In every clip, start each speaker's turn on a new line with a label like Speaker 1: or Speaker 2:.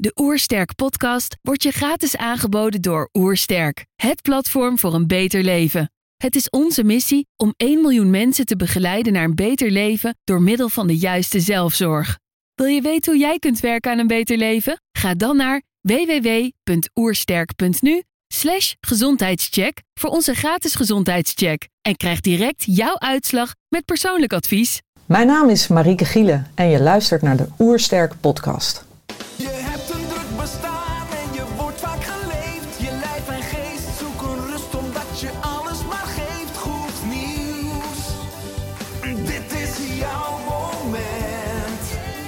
Speaker 1: De Oersterk podcast wordt je gratis aangeboden door Oersterk, het platform voor een beter leven. Het is onze missie om 1 miljoen mensen te begeleiden naar een beter leven door middel van de juiste zelfzorg. Wil je weten hoe jij kunt werken aan een beter leven? Ga dan naar www.oersterk.nu/gezondheidscheck voor onze gratis gezondheidscheck en krijg direct jouw uitslag met persoonlijk advies.
Speaker 2: Mijn naam is Marieke Gielen en je luistert naar de Oersterk podcast.
Speaker 3: Je hebt een druk bestaan en je wordt vaak geleefd. Je lijf en geest zoeken rust omdat je alles maar geeft. Goed nieuws, dit is jouw moment.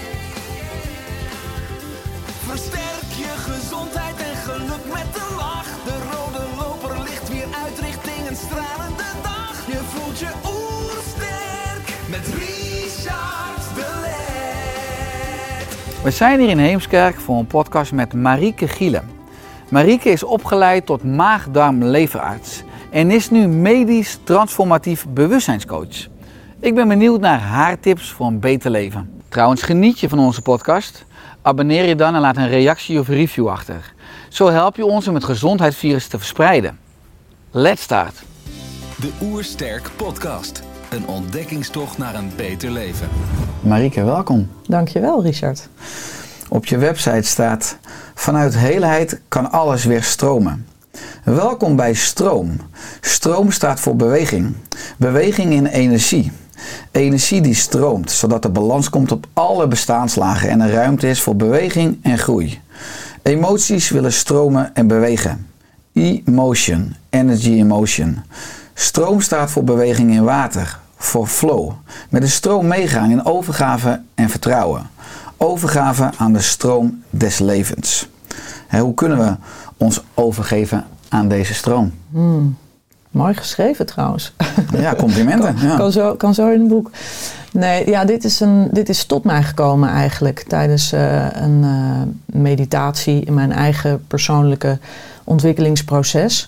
Speaker 3: Versterk je gezondheid en geluk met een lach. De rode loper ligt weer uit richting een stralende dag. Je voelt je oersterk met Richard de Let.
Speaker 4: We zijn hier in Heemskerk voor een podcast met Marieke Gielen. Marieke is opgeleid tot maag-darm-leverarts en is nu medisch transformatief bewustzijnscoach. Ik ben benieuwd naar haar tips voor een beter leven. Trouwens, geniet je van onze podcast? Abonneer je dan en laat een reactie of review achter. Zo help je ons om het gezondheidsvirus te verspreiden. Let's start!
Speaker 5: De Oersterk podcast. Een ontdekkingstocht naar een beter leven.
Speaker 4: Marieke, welkom.
Speaker 2: Dankjewel, Richard.
Speaker 4: Op je website staat: vanuit heelheid kan alles weer stromen. Welkom bij Stroom. Stroom staat voor beweging. Beweging in energie. Energie die stroomt, zodat er balans komt op alle bestaanslagen en er ruimte is voor beweging en groei. Emoties willen stromen en bewegen. E-motion, energy in motion. Stroom staat voor beweging in water, voor flow. Met de stroom meegaan in overgave en vertrouwen. Overgave aan de stroom des levens. Hoe kunnen we ons overgeven aan deze stroom?
Speaker 2: Mooi geschreven trouwens.
Speaker 4: Ja, complimenten.
Speaker 2: Kan zo in een boek. Nee, ja, dit is tot mij gekomen eigenlijk tijdens een meditatie in mijn eigen persoonlijke ontwikkelingsproces.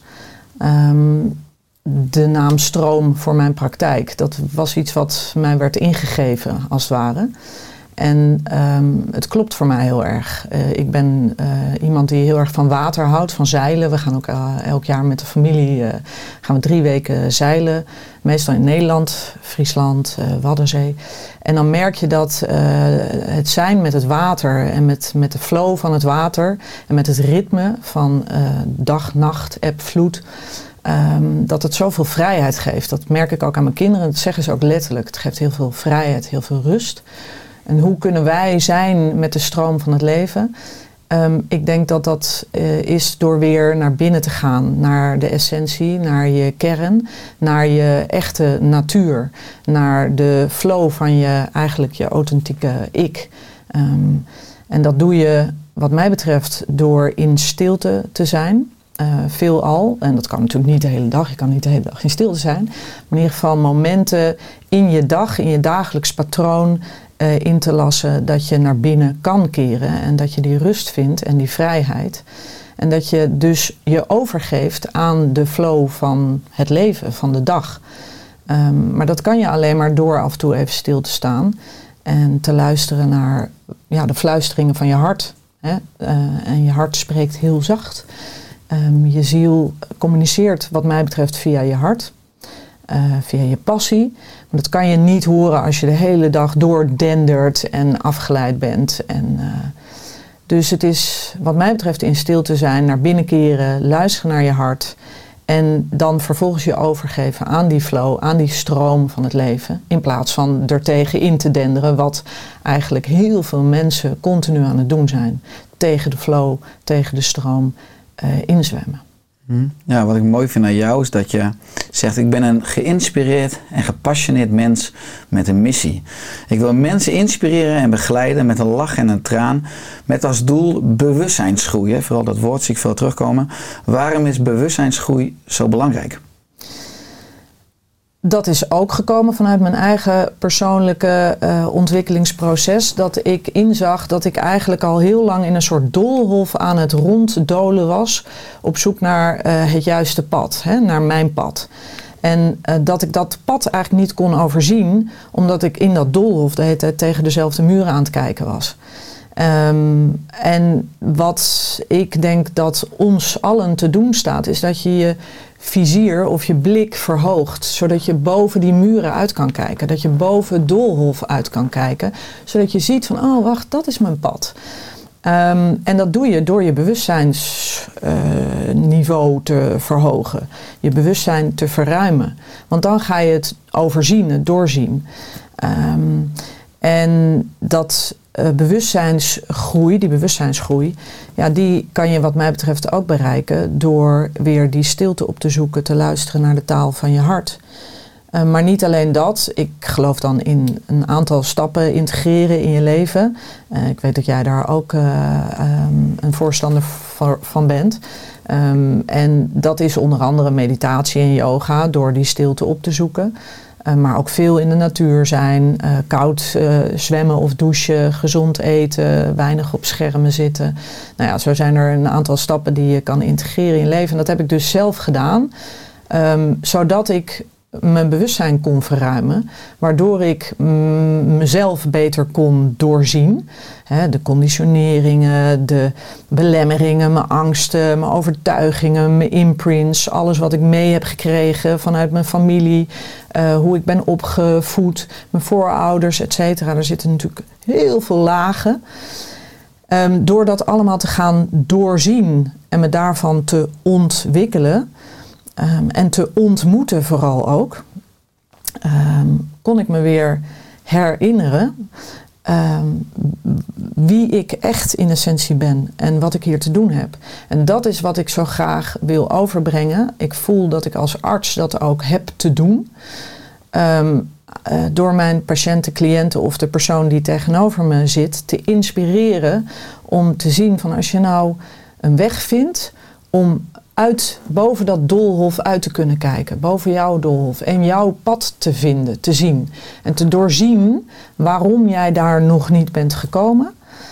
Speaker 2: De naam stroom voor mijn praktijk, dat was iets wat mij werd ingegeven als het ware. En het klopt voor mij heel erg. Ik ben iemand die heel erg van water houdt, van zeilen. We gaan ook elk jaar met de familie gaan we 3 weken zeilen. Meestal in Nederland, Friesland, Waddenzee. En dan merk je dat het zijn met het water en met de flow van het water en met het ritme van dag, nacht, eb, vloed, dat het zoveel vrijheid geeft. Dat merk ik ook aan mijn kinderen. Dat zeggen ze ook letterlijk. Het geeft heel veel vrijheid, heel veel rust. En hoe kunnen wij zijn met de stroom van het leven? Ik denk dat dat is door weer naar binnen te gaan. Naar de essentie, naar je kern, naar je echte natuur. Naar de flow van je authentieke ik. En dat doe je wat mij betreft door in stilte te zijn. Veelal, en dat kan natuurlijk niet de hele dag, je kan niet de hele dag in stilte zijn. Maar in ieder geval momenten in je dag, in je dagelijks patroon in te lassen dat je naar binnen kan keren. En dat je die rust vindt en die vrijheid. En dat je dus je overgeeft aan de flow van het leven, van de dag. Maar dat kan je alleen maar door af en toe even stil te staan. En te luisteren naar de fluisteringen van je hart. Hè? En je hart spreekt heel zacht. Je ziel communiceert wat mij betreft via je hart, via je passie. Maar dat kan je niet horen als je de hele dag doordendert en afgeleid bent. Dus het is wat mij betreft in stilte zijn, naar binnen keren, luisteren naar je hart. En dan vervolgens je overgeven aan die flow, aan die stroom van het leven. In plaats van er tegen in te denderen, wat eigenlijk heel veel mensen continu aan het doen zijn. Tegen de flow, tegen de stroom. Inzwemmen.
Speaker 4: Ja, wat ik mooi vind aan jou is dat je zegt: ik ben een geïnspireerd en gepassioneerd mens met een missie. Ik wil mensen inspireren en begeleiden met een lach en een traan, met als doel bewustzijnsgroei. Hè? Vooral dat woord zie ik veel terugkomen. Waarom is bewustzijnsgroei zo belangrijk?
Speaker 2: Dat is ook gekomen vanuit mijn eigen persoonlijke ontwikkelingsproces. Dat ik inzag dat ik eigenlijk al heel lang in een soort doolhof aan het ronddolen was. Op zoek naar het juiste pad, naar mijn pad. En dat ik dat pad eigenlijk niet kon overzien. Omdat ik in dat doolhof de hele tijd tegen dezelfde muren aan het kijken was. En wat ik denk dat ons allen te doen staat, is dat je je vizier of je blik verhoogt, zodat je boven die muren uit kan kijken, dat je boven het doolhof uit kan kijken, zodat je ziet van, oh wacht, dat is mijn pad. En dat doe je door je bewustzijnsniveau te verhogen, je bewustzijn te verruimen, want dan ga je het overzien, het doorzien. En dat bewustzijnsgroei, ja, die kan je wat mij betreft ook bereiken door weer die stilte op te zoeken, te luisteren naar de taal van je hart. Maar niet alleen dat, ik geloof dan in een aantal stappen integreren in je leven. Ik weet dat jij daar ook een voorstander van bent. En dat is onder andere meditatie en yoga, door die stilte op te zoeken. Maar ook veel in de natuur zijn, koud zwemmen of douchen, gezond eten, weinig op schermen zitten. Nou ja, zo zijn er een aantal stappen die je kan integreren in je leven. En dat heb ik dus zelf gedaan, zodat ik mijn bewustzijn kon verruimen, waardoor ik mezelf beter kon doorzien. De conditioneringen, de belemmeringen, mijn angsten, mijn overtuigingen, mijn imprints, alles wat ik mee heb gekregen vanuit mijn familie, hoe ik ben opgevoed, mijn voorouders, et cetera. Er zitten natuurlijk heel veel lagen. Door dat allemaal te gaan doorzien en me daarvan te ontwikkelen, en te ontmoeten vooral ook, kon ik me weer herinneren wie ik echt in essentie ben en wat ik hier te doen heb. En dat is wat ik zo graag wil overbrengen. Ik voel dat ik als arts dat ook heb te doen. Door mijn patiënten, cliënten of de persoon die tegenover me zit te inspireren om te zien van, als je nou een weg vindt om boven dat doolhof uit te kunnen kijken, boven jouw doolhof en jouw pad te vinden, te zien en te doorzien waarom jij daar nog niet bent gekomen,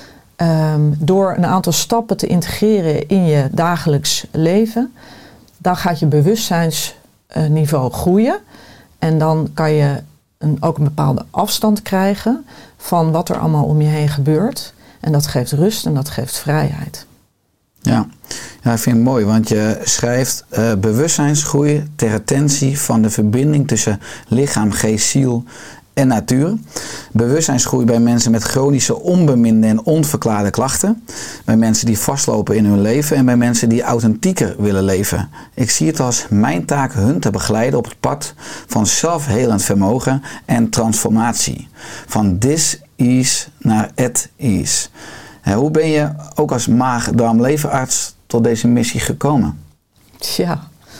Speaker 2: door een aantal stappen te integreren in je dagelijks leven, dan gaat je bewustzijnsniveau groeien en dan kan je ook een bepaalde afstand krijgen van wat er allemaal om je heen gebeurt en dat geeft rust en dat geeft vrijheid.
Speaker 4: Ja, ik vind het mooi, want je schrijft bewustzijnsgroei ter attentie van de verbinding tussen lichaam, geest, ziel en natuur. Bewustzijnsgroei bij mensen met chronische onbeminde en onverklaarde klachten. Bij mensen die vastlopen in hun leven en bij mensen die authentieker willen leven. Ik zie het als mijn taak hun te begeleiden op het pad van zelfhelend vermogen en transformatie. Van dis-ease naar at-ease. Hoe ben je ook als maag-darm-leverarts tot deze missie gekomen?
Speaker 2: Ja,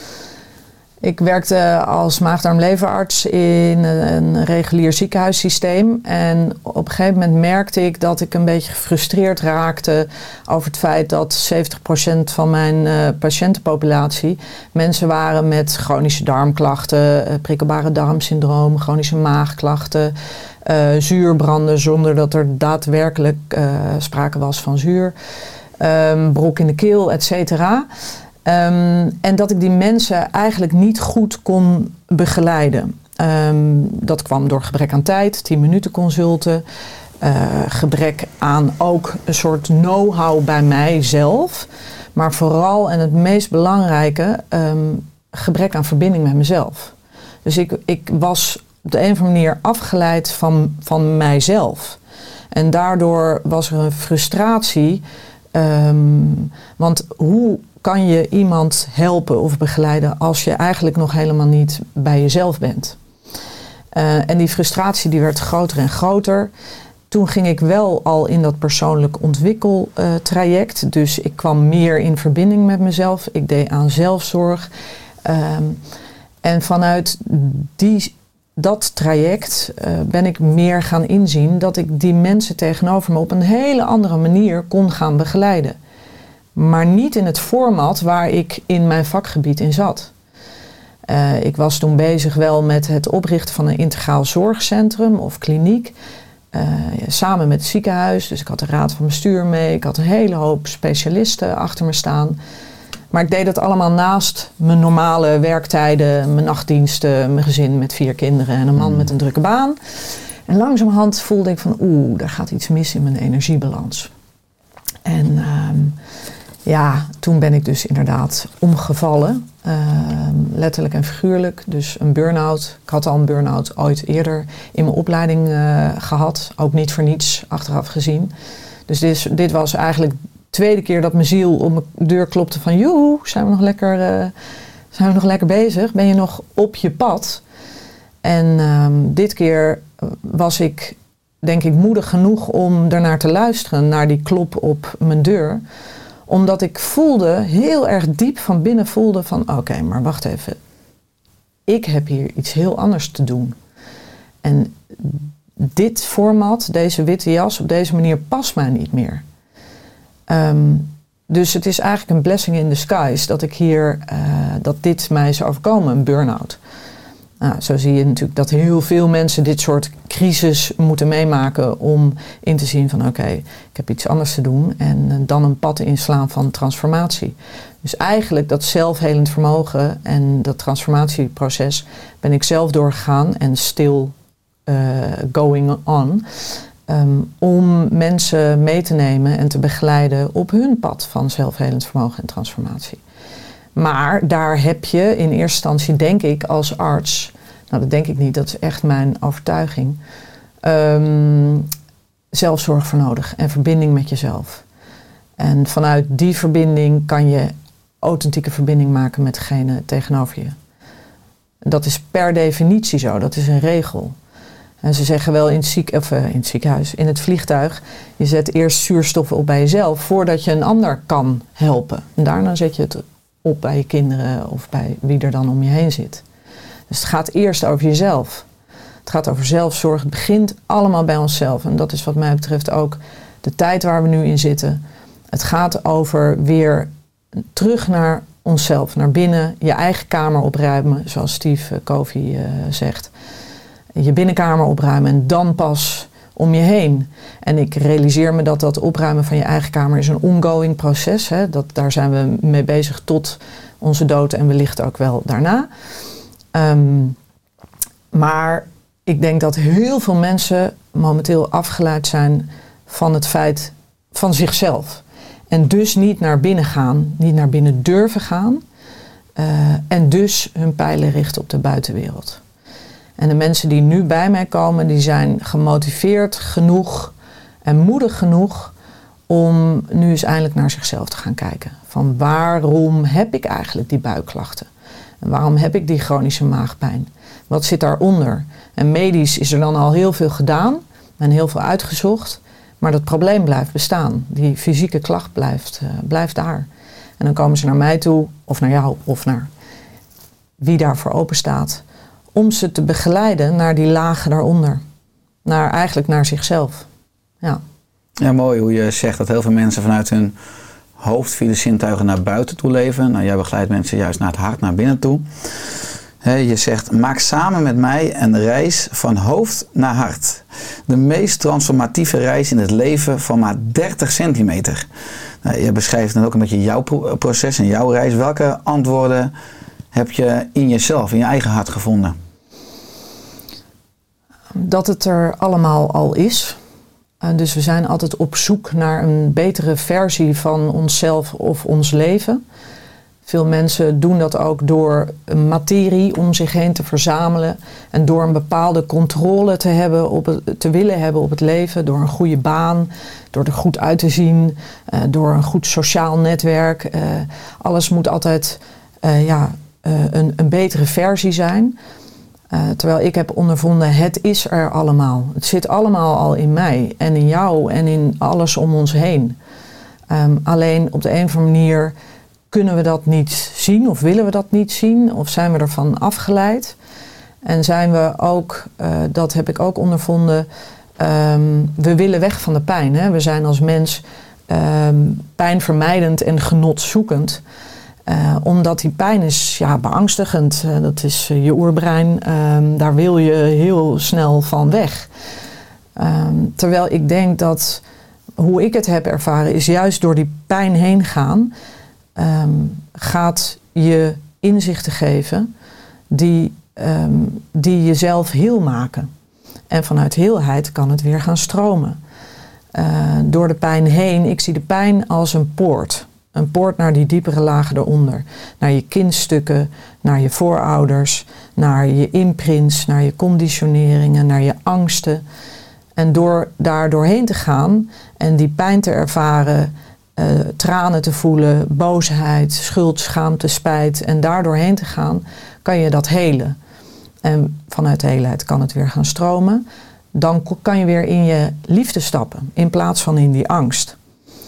Speaker 2: ik werkte als maag-darm-leverarts in een regulier ziekenhuissysteem. En op een gegeven moment merkte ik dat ik een beetje gefrustreerd raakte over het feit dat 70% van mijn patiëntenpopulatie mensen waren met chronische darmklachten, prikkelbare darmsyndroom, chronische maagklachten, zuurbranden zonder dat er daadwerkelijk sprake was van zuur, brok in de keel, et cetera. En dat ik die mensen eigenlijk niet goed kon begeleiden. Dat kwam door gebrek aan tijd, 10 minuten consulten, gebrek aan ook een soort know-how bij mijzelf. Maar vooral, en het meest belangrijke, gebrek aan verbinding met mezelf. Dus ik was op de een of andere manier afgeleid van mijzelf. En daardoor was er een frustratie. Want hoe kan je iemand helpen of begeleiden als je eigenlijk nog helemaal niet bij jezelf bent? En die frustratie die werd groter en groter. Toen ging ik wel al in dat persoonlijk ontwikkeltraject. Dus ik kwam meer in verbinding met mezelf. Ik deed aan zelfzorg. En vanuit dat traject ben ik meer gaan inzien dat ik die mensen tegenover me op een hele andere manier kon gaan begeleiden. Maar niet in het format waar ik in mijn vakgebied in zat. Ik was toen bezig wel met het oprichten van een integraal zorgcentrum of kliniek. Samen met het ziekenhuis. Dus ik had de raad van bestuur mee. Ik had een hele hoop specialisten achter me staan. Maar ik deed dat allemaal naast mijn normale werktijden, mijn nachtdiensten, mijn gezin met 4 kinderen en een man met een drukke baan. En langzamerhand voelde ik van daar gaat iets mis in mijn energiebalans. En toen ben ik dus inderdaad omgevallen. Letterlijk en figuurlijk. Dus een burn-out. Ik had al een burn-out ooit eerder in mijn opleiding gehad. Ook niet voor niets achteraf gezien. Dus dit was eigenlijk de tweede keer dat mijn ziel op mijn deur klopte van... joehoe, zijn we nog lekker bezig? Ben je nog op je pad? En dit keer was ik, denk ik, moedig genoeg om daarnaar te luisteren. Naar die klop op mijn deur. Omdat ik voelde, heel erg diep van binnen voelde van... oké, maar wacht even. Ik heb hier iets heel anders te doen. En dit format, deze witte jas, op deze manier past mij niet meer. Dus het is eigenlijk een blessing in disguise dat ik hier, dat dit mij is overkomen, een burn-out. Nou, zo zie je natuurlijk dat heel veel mensen dit soort crisis moeten meemaken om in te zien van oké, ik heb iets anders te doen en dan een pad inslaan van transformatie. Dus eigenlijk dat zelfhelend vermogen en dat transformatieproces ben ik zelf doorgegaan en still going on. Om mensen mee te nemen en te begeleiden op hun pad van zelfhelend vermogen en transformatie. Maar daar heb je in eerste instantie, denk ik, als arts... nou, dat denk ik niet, dat is echt mijn overtuiging... zelfzorg voor nodig en verbinding met jezelf. En vanuit die verbinding kan je authentieke verbinding maken met degene tegenover je. Dat is per definitie zo, dat is een regel. En ze zeggen wel in het ziekenhuis, in het vliegtuig... je zet eerst zuurstof op bij jezelf voordat je een ander kan helpen. En daarna zet je het op bij je kinderen of bij wie er dan om je heen zit. Dus het gaat eerst over jezelf. Het gaat over zelfzorg. Het begint allemaal bij onszelf. En dat is wat mij betreft ook de tijd waar we nu in zitten. Het gaat over weer terug naar onszelf. Naar binnen, je eigen kamer opruimen, zoals Steve Covey zegt. Je binnenkamer opruimen en dan pas om je heen. En ik realiseer me dat dat opruimen van je eigen kamer is een ongoing proces. Hè. Daar zijn we mee bezig tot onze dood en wellicht ook wel daarna. Maar ik denk dat heel veel mensen momenteel afgeleid zijn van het feit van zichzelf. En dus niet naar binnen gaan, niet naar binnen durven gaan. En dus hun pijlen richten op de buitenwereld. En de mensen die nu bij mij komen, die zijn gemotiveerd genoeg en moedig genoeg om nu eens eindelijk naar zichzelf te gaan kijken. Van waarom heb ik eigenlijk die buikklachten? En waarom heb ik die chronische maagpijn? Wat zit daaronder? En medisch is er dan al heel veel gedaan en heel veel uitgezocht. Maar dat probleem blijft bestaan. Die fysieke klacht blijft daar. En dan komen ze naar mij toe, of naar jou, of naar wie daarvoor open staat. Om ze te begeleiden naar die lagen daaronder. Eigenlijk naar zichzelf. Ja.
Speaker 4: Ja, mooi hoe je zegt dat heel veel mensen vanuit hun hoofd via de zintuigen naar buiten toe leven. Nou, jij begeleidt mensen juist naar het hart, naar binnen toe. Je zegt, maak samen met mij een reis van hoofd naar hart. De meest transformatieve reis in het leven van maar 30 centimeter. Nou, je beschrijft dan ook een beetje jouw proces en jouw reis. Welke antwoorden heb je in jezelf, in je eigen hart gevonden?
Speaker 2: Dat het er allemaal al is. Dus we zijn altijd op zoek naar een betere versie van onszelf of ons leven. Veel mensen doen dat ook door een materie om zich heen te verzamelen. En door een bepaalde controle te willen hebben op het leven. Door een goede baan, door er goed uit te zien. Door een goed sociaal netwerk. Alles moet altijd een betere versie zijn. Terwijl ik heb ondervonden, het is er allemaal. Het zit allemaal al in mij en in jou en in alles om ons heen. Alleen op de een of andere manier kunnen we dat niet zien of willen we dat niet zien of zijn we ervan afgeleid. En zijn we ook, dat heb ik ook ondervonden, we willen weg van de pijn. Hè? We zijn als mens pijnvermijdend en genotzoekend. Omdat die pijn is beangstigend. Dat is je oerbrein. Daar wil je heel snel van weg. Terwijl ik denk dat hoe ik het heb ervaren is juist door die pijn heen gaan. Gaat je inzichten geven die jezelf heel maken. En vanuit heelheid kan het weer gaan stromen. door de pijn heen. Ik zie de pijn als een poort. Een poort naar die diepere lagen eronder. Naar je kindstukken, naar je voorouders, naar je imprints, naar je conditioneringen, naar je angsten. En door daar doorheen te gaan en die pijn te ervaren, tranen te voelen, boosheid, schuld, schaamte, spijt en daar doorheen te gaan, kan je dat helen. En vanuit de heelheid kan het weer gaan stromen. Dan kan je weer in je liefde stappen in plaats van in die angst.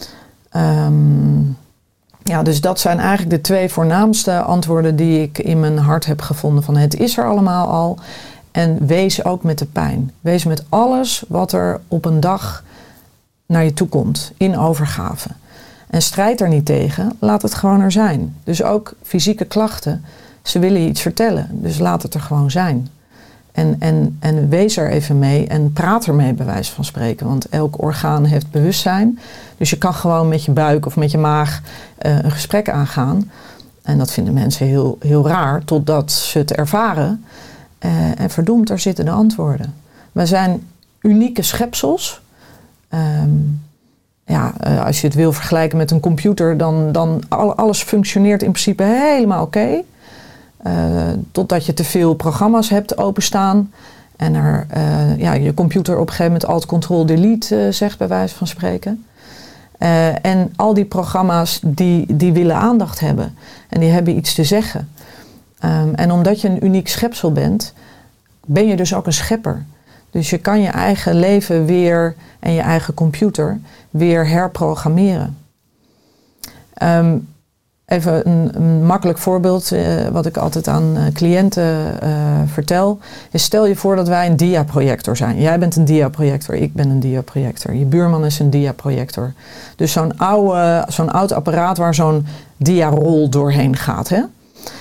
Speaker 2: Dus dat zijn eigenlijk de 2 voornaamste antwoorden die ik in mijn hart heb gevonden. Van het is er allemaal al. En wees ook met de pijn. Wees met alles wat er op een dag naar je toe komt. In overgave. En strijd er niet tegen. Laat het gewoon er zijn. Dus ook fysieke klachten. Ze willen je iets vertellen. Dus laat het er gewoon zijn. En wees er even mee en praat ermee bij wijze van spreken. Want elk orgaan heeft bewustzijn. Dus je kan gewoon met je buik of met je maag een gesprek aangaan. En dat vinden mensen heel, heel raar totdat ze het ervaren. En verdomd, daar zitten de antwoorden. We zijn unieke schepsels. Als je het wil vergelijken met een computer, dan alles functioneert in principe helemaal oké. Totdat je te veel programma's hebt openstaan. En je computer op een gegeven moment Alt-Control-Delete zegt bij wijze van spreken. En al die programma's die willen aandacht hebben. En die hebben iets te zeggen. En omdat je een uniek schepsel bent, ben je dus ook een schepper. Dus je kan je eigen leven weer en je eigen computer weer herprogrammeren. Even een makkelijk voorbeeld, wat ik altijd aan cliënten vertel, is stel je voor dat wij een diaprojector zijn. Jij bent een diaprojector, ik ben een diaprojector. Je buurman is een diaprojector. Dus zo'n oud apparaat waar zo'n diarol doorheen gaat. Hè?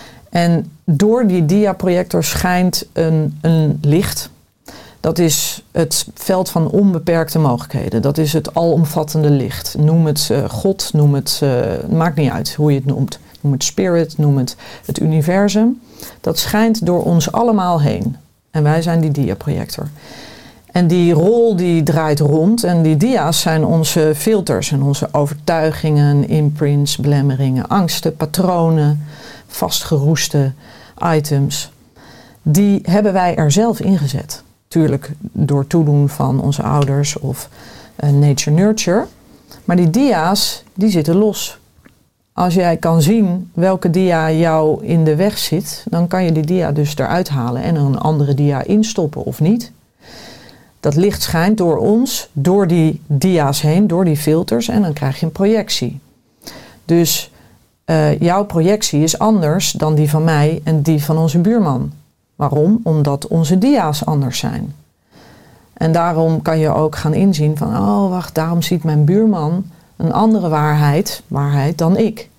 Speaker 2: En door die diaprojector schijnt een licht. Dat is het veld van onbeperkte mogelijkheden. Dat is het alomvattende licht. Noem het God, noem het, maakt niet uit hoe je het noemt. Noem het spirit, noem het universum. Dat schijnt door ons allemaal heen. En wij zijn die diaprojector. En die rol die draait rond. En die dia's zijn onze filters en onze overtuigingen, imprints, belemmeringen, angsten, patronen, vastgeroeste items. Die hebben wij er zelf ingezet. Tuurlijk door toedoen van onze ouders of nature-nurture. Maar die dia's, die zitten los. Als jij kan zien welke dia jou in de weg zit, dan kan je die dia dus eruit halen en er een andere dia instoppen of niet. Dat licht schijnt door ons, door die dia's heen, door die filters en dan krijg je een projectie. Dus jouw projectie is anders dan die van mij en die van onze buurman. Waarom? Omdat onze dia's anders zijn. En daarom kan je ook gaan inzien van, oh wacht, daarom ziet mijn buurman een andere waarheid dan ik.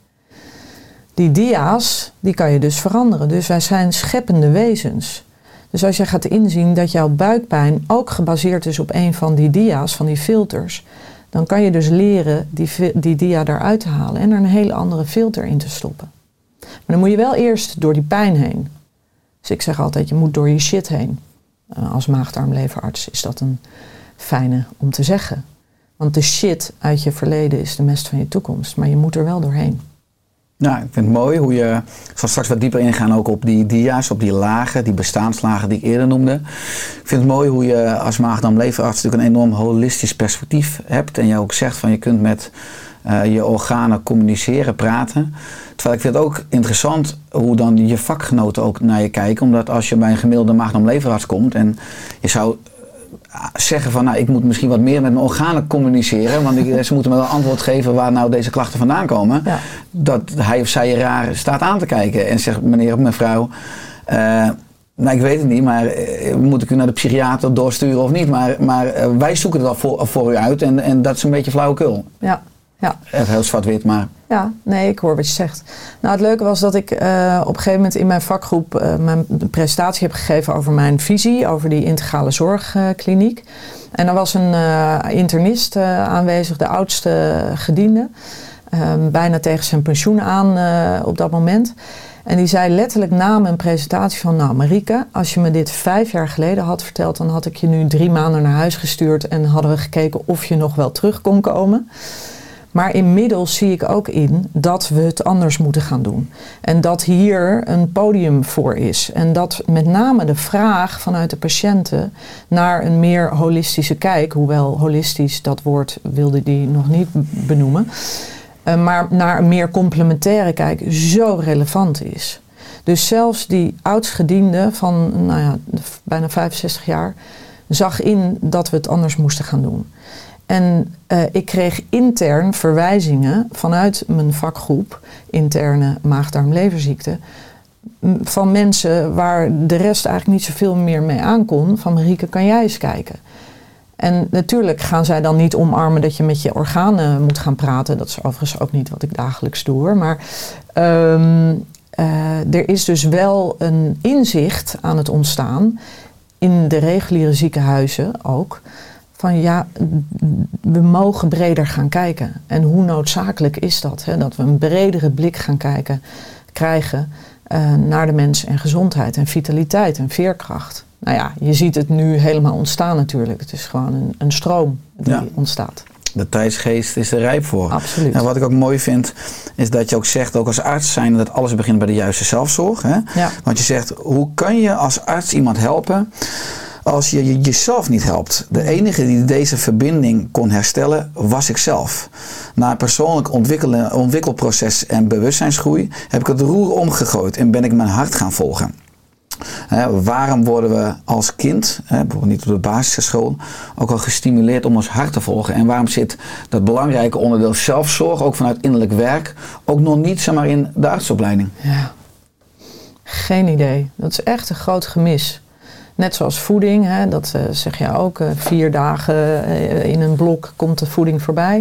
Speaker 2: Die dia's, die kan je dus veranderen. Dus wij zijn scheppende wezens. Dus als je gaat inzien dat jouw buikpijn ook gebaseerd is op een van die dia's, van die filters, dan kan je dus leren die dia eruit te halen en er een hele andere filter in te stoppen. Maar dan moet je wel eerst door die pijn heen. Dus ik zeg altijd, je moet door je shit heen. Als maag-darm-leverarts is dat een fijne om te zeggen. Want de shit uit je verleden is de mest van je toekomst. Maar je moet er wel doorheen.
Speaker 4: Nou, ik vind het mooi hoe je... Ik zal straks wat dieper ingaan ook op die dia's, op die lagen, die bestaanslagen die ik eerder noemde. Ik vind het mooi hoe je als maag-darm-leverarts natuurlijk een enorm holistisch perspectief hebt. En je ook zegt van je kunt met je organen communiceren, praten. Terwijl ik vind het ook interessant hoe dan je vakgenoten ook naar je kijken. Omdat als je bij een gemiddelde maag-darm-leverarts komt en je zou zeggen van, nou, ik moet misschien wat meer met mijn organen communiceren, want ze moeten me wel antwoord geven waar nou deze klachten vandaan komen. Ja. Dat hij of zij je raar staat aan te kijken en zegt, meneer of mevrouw, nou, ik weet het niet, maar moet ik u naar de psychiater doorsturen of niet? Maar wij zoeken het al voor u uit en dat is een beetje flauwekul.
Speaker 2: Ja. Ja.
Speaker 4: Even heel zwart-wit, maar...
Speaker 2: Ja, nee, ik hoor wat je zegt. Nou, het leuke was dat ik op een gegeven moment in mijn vakgroep mijn presentatie heb gegeven over mijn visie, over die integrale zorgkliniek. En er was een internist aanwezig, de oudste gediende, bijna tegen zijn pensioen aan op dat moment. En die zei letterlijk na mijn presentatie van... nou Marieke, als je me dit 5 jaar geleden had verteld... dan had ik je nu 3 maanden naar huis gestuurd... en hadden we gekeken of je nog wel terug kon komen. Maar inmiddels zie ik ook in dat we het anders moeten gaan doen. En dat hier een podium voor is. En dat met name de vraag vanuit de patiënten... naar een meer holistische kijk... hoewel holistisch, dat woord wilde die nog niet benoemen... maar naar een meer complementaire kijk zo relevant is. Dus zelfs die oudsgediende van bijna 65 jaar... zag in dat we het anders moesten gaan doen. En ik kreeg intern verwijzingen vanuit mijn vakgroep... interne maag-darm-leverziekte... van mensen waar de rest eigenlijk niet zoveel meer mee aankon... van Marieke, kan jij eens kijken? En natuurlijk gaan zij dan niet omarmen dat je met je organen moet gaan praten. Dat is overigens ook niet wat ik dagelijks doe hoor. Maar er is dus wel een inzicht aan het ontstaan... in de reguliere ziekenhuizen ook... van ja, we mogen breder gaan kijken. En hoe noodzakelijk is dat? Hè? Dat we een bredere blik gaan krijgen naar de mens en gezondheid en vitaliteit en veerkracht. Nou ja, je ziet het nu helemaal ontstaan natuurlijk. Het is gewoon een stroom die ontstaat.
Speaker 4: De tijdsgeest is er rijp voor.
Speaker 2: Absoluut.
Speaker 4: En wat ik ook mooi vind, is dat je ook zegt, ook als arts zijn, dat alles begint bij de juiste zelfzorg. Hè?
Speaker 2: Ja.
Speaker 4: Want je zegt, hoe kan je als arts iemand helpen als je jezelf niet helpt? De enige die deze verbinding kon herstellen, was ikzelf. Na een persoonlijk ontwikkelproces en bewustzijnsgroei heb ik het roer omgegooid en ben ik mijn hart gaan volgen. Waarom worden we als kind, bijvoorbeeld niet op de basisschool, ook al gestimuleerd om ons hart te volgen? En waarom zit dat belangrijke onderdeel zelfzorg, ook vanuit innerlijk werk, ook nog niet zomaar in de artsopleiding?
Speaker 2: Ja, geen idee. Dat is echt een groot gemis. Net zoals voeding, hè, dat zeg je ook, 4 dagen in een blok komt de voeding voorbij.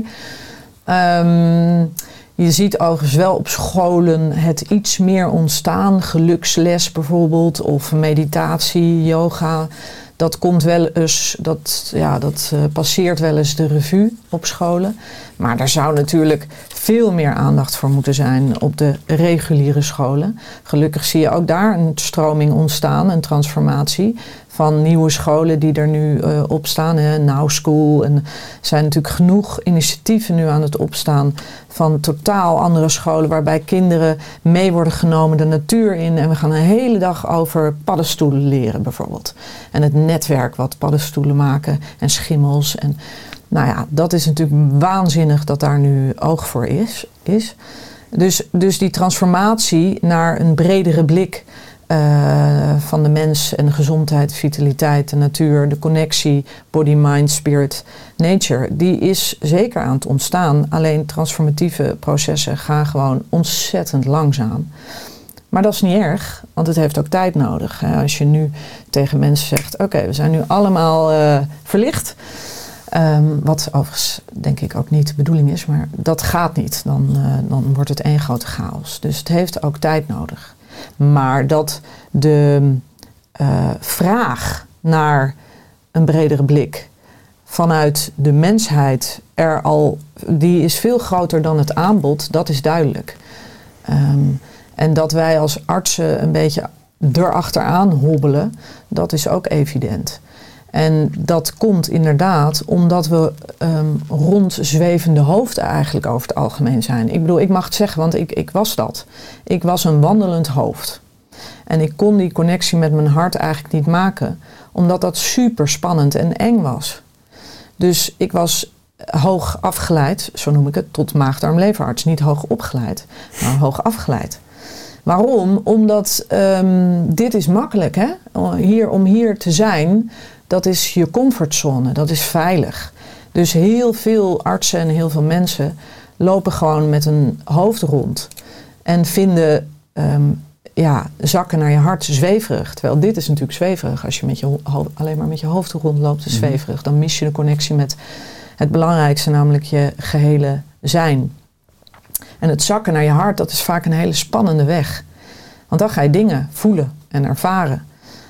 Speaker 2: Je ziet overigens wel op scholen het iets meer ontstaan. Geluksles bijvoorbeeld, of meditatie, yoga. Dat komt wel eens, dat passeert wel eens de revue op scholen. Maar daar zou natuurlijk veel meer aandacht voor moeten zijn op de reguliere scholen. Gelukkig zie je ook daar een stroming ontstaan, een transformatie van nieuwe scholen die er nu op staan. Now School. En er zijn natuurlijk genoeg initiatieven nu aan het opstaan van totaal andere scholen waarbij kinderen mee worden genomen de natuur in. En we gaan een hele dag over paddenstoelen leren bijvoorbeeld. En het netwerk wat paddenstoelen maken en schimmels. En nou ja, dat is natuurlijk waanzinnig dat daar nu oog voor is. Dus die transformatie naar een bredere blik van de mens en de gezondheid, vitaliteit, de natuur, de connectie, body, mind, spirit, nature, die is zeker aan het ontstaan. Alleen transformatieve processen gaan gewoon ontzettend langzaam. Maar dat is niet erg, want het heeft ook tijd nodig. Als je nu tegen mensen zegt, oké, we zijn nu allemaal verlicht. Wat overigens denk ik ook niet de bedoeling is, maar dat gaat niet. Dan wordt het één grote chaos. Dus het heeft ook tijd nodig. Maar dat de vraag naar een bredere blik vanuit de mensheid die is veel groter dan het aanbod, dat is duidelijk. En dat wij als artsen een beetje erachteraan hobbelen, dat is ook evident. En dat komt inderdaad omdat we rondzwevende hoofden eigenlijk over het algemeen zijn. Ik bedoel, ik mag het zeggen, want ik was dat. Ik was een wandelend hoofd. En ik kon die connectie met mijn hart eigenlijk niet maken, omdat dat super spannend en eng was. Dus ik was hoog afgeleid, zo noem ik het, tot maag-darm-leverarts. Niet hoog opgeleid, maar hoog afgeleid. Waarom? Omdat dit is makkelijk, hè? Om hier te zijn, dat is je comfortzone, dat is veilig. Dus heel veel artsen en heel veel mensen lopen gewoon met een hoofd rond. En vinden zakken naar je hart zweverig. Terwijl dit is natuurlijk zweverig. Als je alleen maar met je hoofd rondloopt, is zweverig. Dan mis je de connectie met het belangrijkste, namelijk je gehele zijn. En het zakken naar je hart, dat is vaak een hele spannende weg. Want dan ga je dingen voelen en ervaren.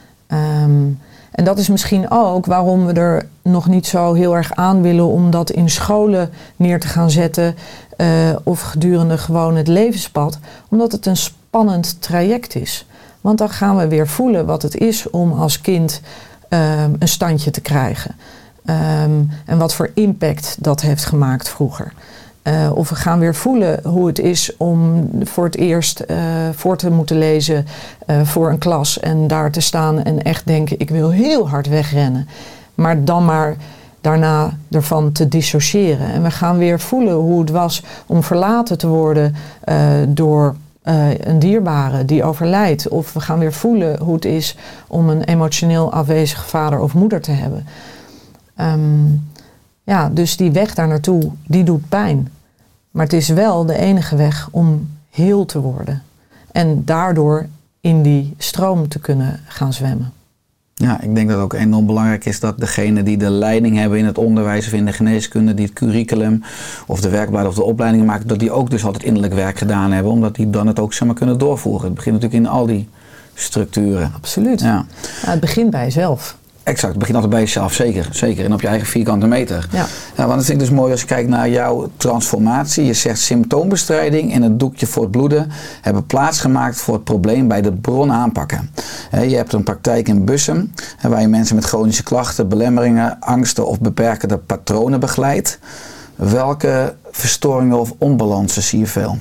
Speaker 2: En dat is misschien ook waarom we er nog niet zo heel erg aan willen om dat in scholen neer te gaan zetten. Of gedurende gewoon het levenspad. Omdat het een spannend traject is. Want dan gaan we weer voelen wat het is om als kind een standje te krijgen. En wat voor impact dat heeft gemaakt vroeger. Of we gaan weer voelen hoe het is om voor het eerst voor te moeten lezen voor een klas. En daar te staan en echt denken, ik wil heel hard wegrennen. Maar dan maar daarna ervan te dissociëren. En we gaan weer voelen hoe het was om verlaten te worden door een dierbare die overlijdt. Of we gaan weer voelen hoe het is om een emotioneel afwezige vader of moeder te hebben. Dus die weg daar naartoe, die doet pijn. Maar het is wel de enige weg om heel te worden. En daardoor in die stroom te kunnen gaan zwemmen.
Speaker 4: Ja, ik denk dat het ook enorm belangrijk is dat degenen die de leiding hebben in het onderwijs of in de geneeskunde, die het curriculum of de werkbladen of de opleidingen maken, dat die ook dus altijd innerlijk werk gedaan hebben, omdat die dan het ook zeg maar kunnen doorvoeren. Het begint natuurlijk in al die structuren.
Speaker 2: Absoluut.
Speaker 4: Ja.
Speaker 2: Het begint bij jezelf.
Speaker 4: Exact, het begint altijd bij jezelf, zeker. En op je eigen vierkante meter.
Speaker 2: Ja.
Speaker 4: Want dat vind ik dus mooi als je kijkt naar jouw transformatie. Je zegt symptoombestrijding en het doekje voor het bloeden hebben plaatsgemaakt voor het probleem bij de bron aanpakken. Je hebt een praktijk in Bussum waar je mensen met chronische klachten, belemmeringen, angsten of beperkende patronen begeleidt. Welke verstoringen of onbalansen zie je veel?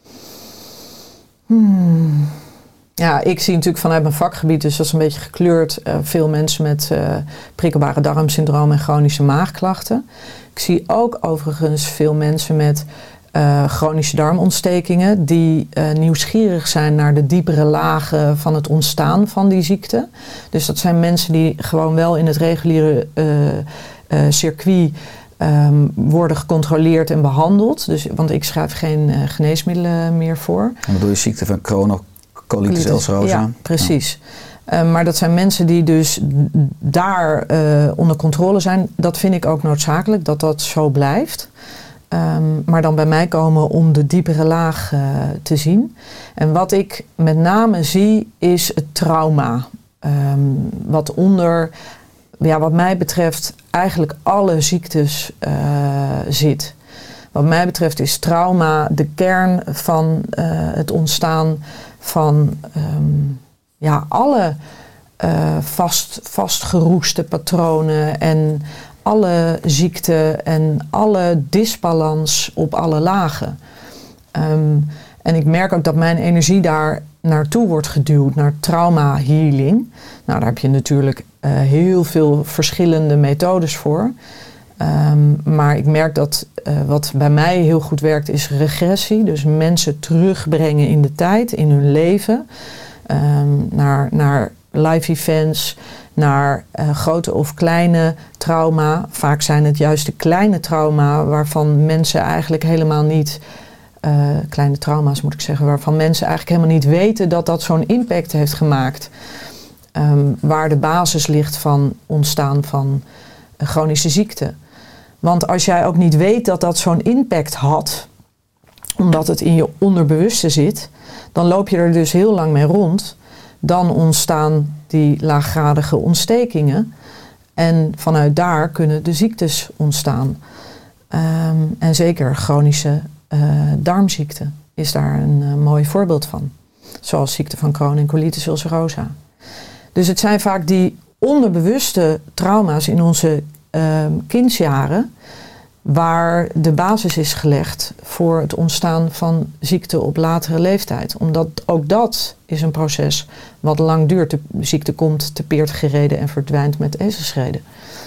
Speaker 2: Ja, ik zie natuurlijk vanuit mijn vakgebied, dus dat is een beetje gekleurd, veel mensen met prikkelbare darmsyndroom en chronische maagklachten. Ik zie ook overigens veel mensen met chronische darmontstekingen die nieuwsgierig zijn naar de diepere lagen van het ontstaan van die ziekte. Dus dat zijn mensen die gewoon wel in het reguliere circuit worden gecontroleerd en behandeld. Dus, want ik schrijf geen geneesmiddelen meer voor.
Speaker 4: Dan bedoel je ziekte van colitis ulcerosa?
Speaker 2: Ja, precies. Ja. Maar dat zijn mensen die dus daar onder controle zijn. Dat vind ik ook noodzakelijk, dat dat zo blijft. Maar dan bij mij komen om de diepere laag te zien. En wat ik met name zie is het trauma. Wat onder, wat mij betreft, eigenlijk alle ziektes zit. Wat mij betreft is trauma de kern van het ontstaan van alle vastgeroeste patronen en alle ziekte en alle disbalans op alle lagen. En ik merk ook dat mijn energie daar naartoe wordt geduwd, naar trauma healing. Nou, daar heb je natuurlijk heel veel verschillende methodes voor. Maar ik merk dat wat bij mij heel goed werkt is regressie. Dus mensen terugbrengen in de tijd, in hun leven. Naar life events, naar grote of kleine trauma. Vaak zijn het juist de kleine trauma waarvan mensen eigenlijk helemaal niet... kleine trauma's moet ik zeggen, waarvan mensen eigenlijk helemaal niet weten dat dat zo'n impact heeft gemaakt. Waar de basis ligt van ontstaan van chronische ziekte. Want als jij ook niet weet dat dat zo'n impact had, omdat het in je onderbewuste zit, dan loop je er dus heel lang mee rond. Dan ontstaan die laaggradige ontstekingen. En vanuit daar kunnen de ziektes ontstaan. En zeker chronische darmziekte is daar een mooi voorbeeld van. Zoals ziekte van Crohn en colitis ulcerosa. Dus het zijn vaak die onderbewuste trauma's in onze kindsjaren waar de basis is gelegd voor het ontstaan van ziekte op latere leeftijd. Omdat ook dat is een proces wat lang duurt. De ziekte komt te peerd gereden en verdwijnt met ezelsschreden.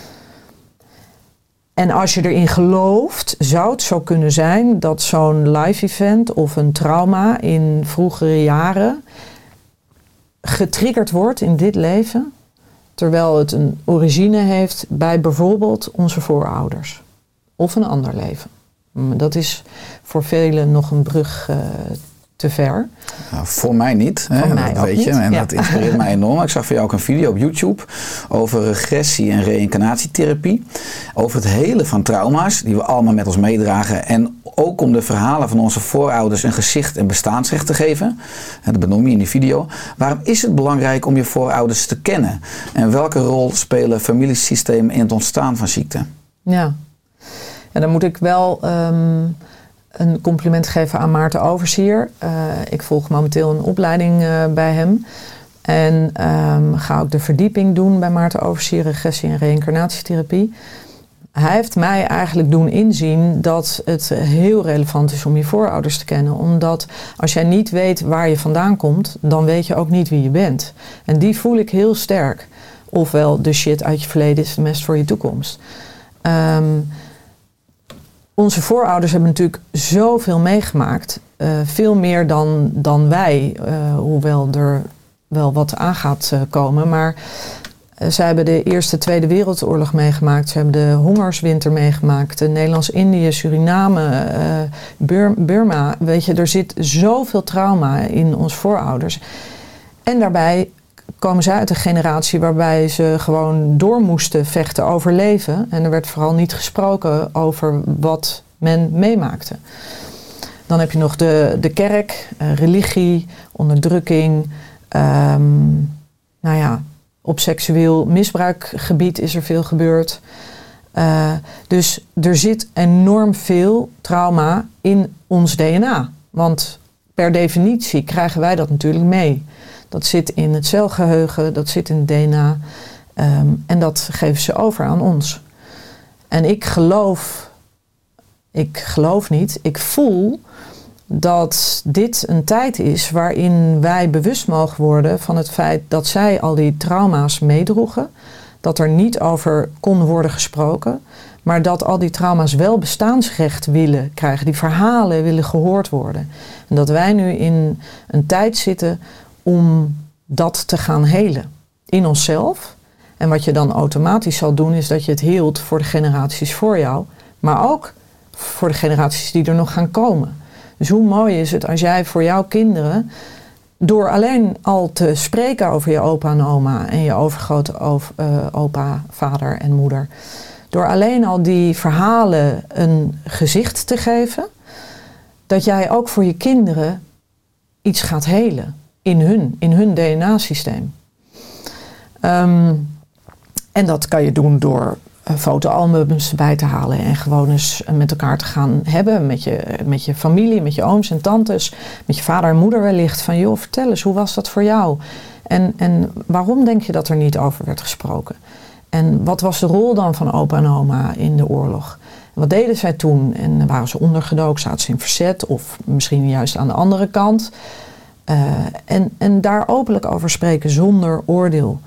Speaker 2: En als je erin gelooft, zou het zo kunnen zijn dat zo'n live event of een trauma in vroegere jaren getriggerd wordt in dit leven, terwijl het een origine heeft bij bijvoorbeeld onze voorouders. Of een ander leven. Dat is voor velen nog een brug te ver.
Speaker 4: Nou, voor mij niet.
Speaker 2: Voor
Speaker 4: hè?
Speaker 2: mij
Speaker 4: dat weet
Speaker 2: niet.
Speaker 4: je. En
Speaker 2: ja.
Speaker 4: dat inspireert mij enorm. Ik zag van jou ook een video op YouTube over regressie en reïncarnatietherapie. Over het helen van trauma's die we allemaal met ons meedragen. En ook om de verhalen van onze voorouders een gezicht en bestaansrecht te geven. Dat benoem je in die video. Waarom is het belangrijk om je voorouders te kennen? En welke rol spelen familiesystemen in het ontstaan van ziekte?
Speaker 2: Ja. En dan moet ik wel een compliment geven aan Maarten Oversier. Ik volg momenteel een opleiding bij hem. En ga ook de verdieping doen bij Maarten Oversier, regressie- en reïncarnatietherapie. Hij heeft mij eigenlijk doen inzien dat het heel relevant is om je voorouders te kennen. Omdat als jij niet weet waar je vandaan komt, dan weet je ook niet wie je bent. En die voel ik heel sterk. Ofwel, de shit uit je verleden is de mest voor je toekomst. Onze voorouders hebben natuurlijk zoveel meegemaakt. Veel meer dan wij. Hoewel er wel wat aan gaat komen. Maar zij hebben de Eerste, Tweede Wereldoorlog meegemaakt. Ze hebben de hongerswinter meegemaakt. Nederlands-Indië, Suriname, Burma. Weet je, er zit zoveel trauma in onze voorouders. En daarbij komen zij uit een generatie waarbij ze gewoon door moesten vechten, overleven. En er werd vooral niet gesproken over wat men meemaakte. Dan heb je nog de kerk, religie, onderdrukking. Op seksueel misbruikgebied is er veel gebeurd. Dus er zit enorm veel trauma in ons DNA. Want per definitie krijgen wij dat natuurlijk mee. Dat zit in het celgeheugen, dat zit in het DNA. En dat geven ze over aan ons. En ik geloof niet, ik voel dat dit een tijd is waarin wij bewust mogen worden van het feit dat zij al die trauma's meedroegen. Dat er niet over kon worden gesproken. Maar dat al die trauma's wel bestaansrecht willen krijgen. Die verhalen willen gehoord worden. En dat wij nu in een tijd zitten om dat te gaan helen. In onszelf. En wat je dan automatisch zal doen is dat je het heelt voor de generaties voor jou. Maar ook voor de generaties die er nog gaan komen. Dus hoe mooi is het als jij voor jouw kinderen, door alleen al te spreken over je opa en oma en je overgrote opa, vader en moeder, door alleen al die verhalen een gezicht te geven, dat jij ook voor je kinderen iets gaat helen in hun DNA-systeem. En dat kan je doen door fotoalbums bij te halen en gewoon eens met elkaar te gaan hebben met je familie, met je ooms en tantes, met je vader en moeder wellicht. Van joh, vertel eens, hoe was dat voor jou? En waarom denk je dat er niet over werd gesproken? En wat was de rol dan van opa en oma in de oorlog? En wat deden zij toen? En waren ze ondergedoken? Zaten ze in verzet? Of misschien juist aan de andere kant? En daar openlijk over spreken zonder oordeel.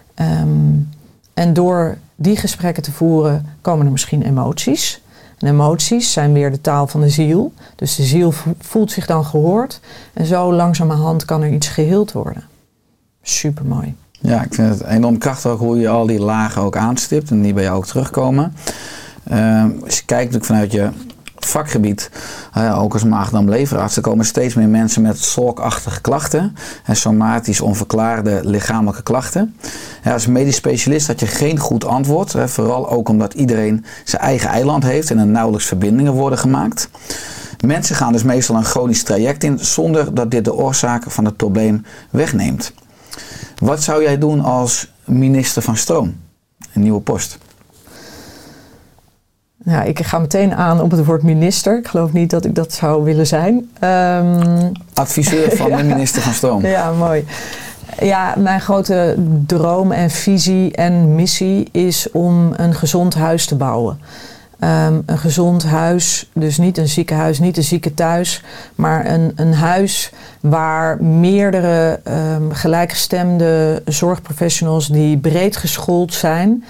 Speaker 2: En door die gesprekken te voeren komen er misschien emoties. En emoties zijn weer de taal van de ziel. Dus de ziel voelt zich dan gehoord. En zo langzamerhand kan er iets geheeld worden. Supermooi.
Speaker 4: Ja, ik vind het enorm krachtig hoe je al die lagen ook aanstipt en die bij jou ook terugkomen. Als je kijkt natuurlijk vanuit je vakgebied, ook als maag-darm-leverarts, er komen steeds meer mensen met SOLK-achtige klachten en somatisch onverklaarde lichamelijke klachten. Ja, als medisch specialist had je geen goed antwoord, vooral ook omdat iedereen zijn eigen eiland heeft en er nauwelijks verbindingen worden gemaakt. Mensen gaan dus meestal een chronisch traject in zonder dat dit de oorzaak van het probleem wegneemt. Wat zou jij doen als minister van Stroom? Een nieuwe post.
Speaker 2: Ja, ik ga meteen aan op het woord minister. Ik geloof niet dat ik dat zou willen zijn.
Speaker 4: Adviseur van de minister van Stroom.
Speaker 2: Ja, mooi. Ja, mijn grote droom en visie en missie is om een gezond huis te bouwen. Een gezond huis, dus niet een ziekenhuis, niet een ziekenthuis, maar een huis waar meerdere gelijkgestemde zorgprofessionals die breed geschoold zijn,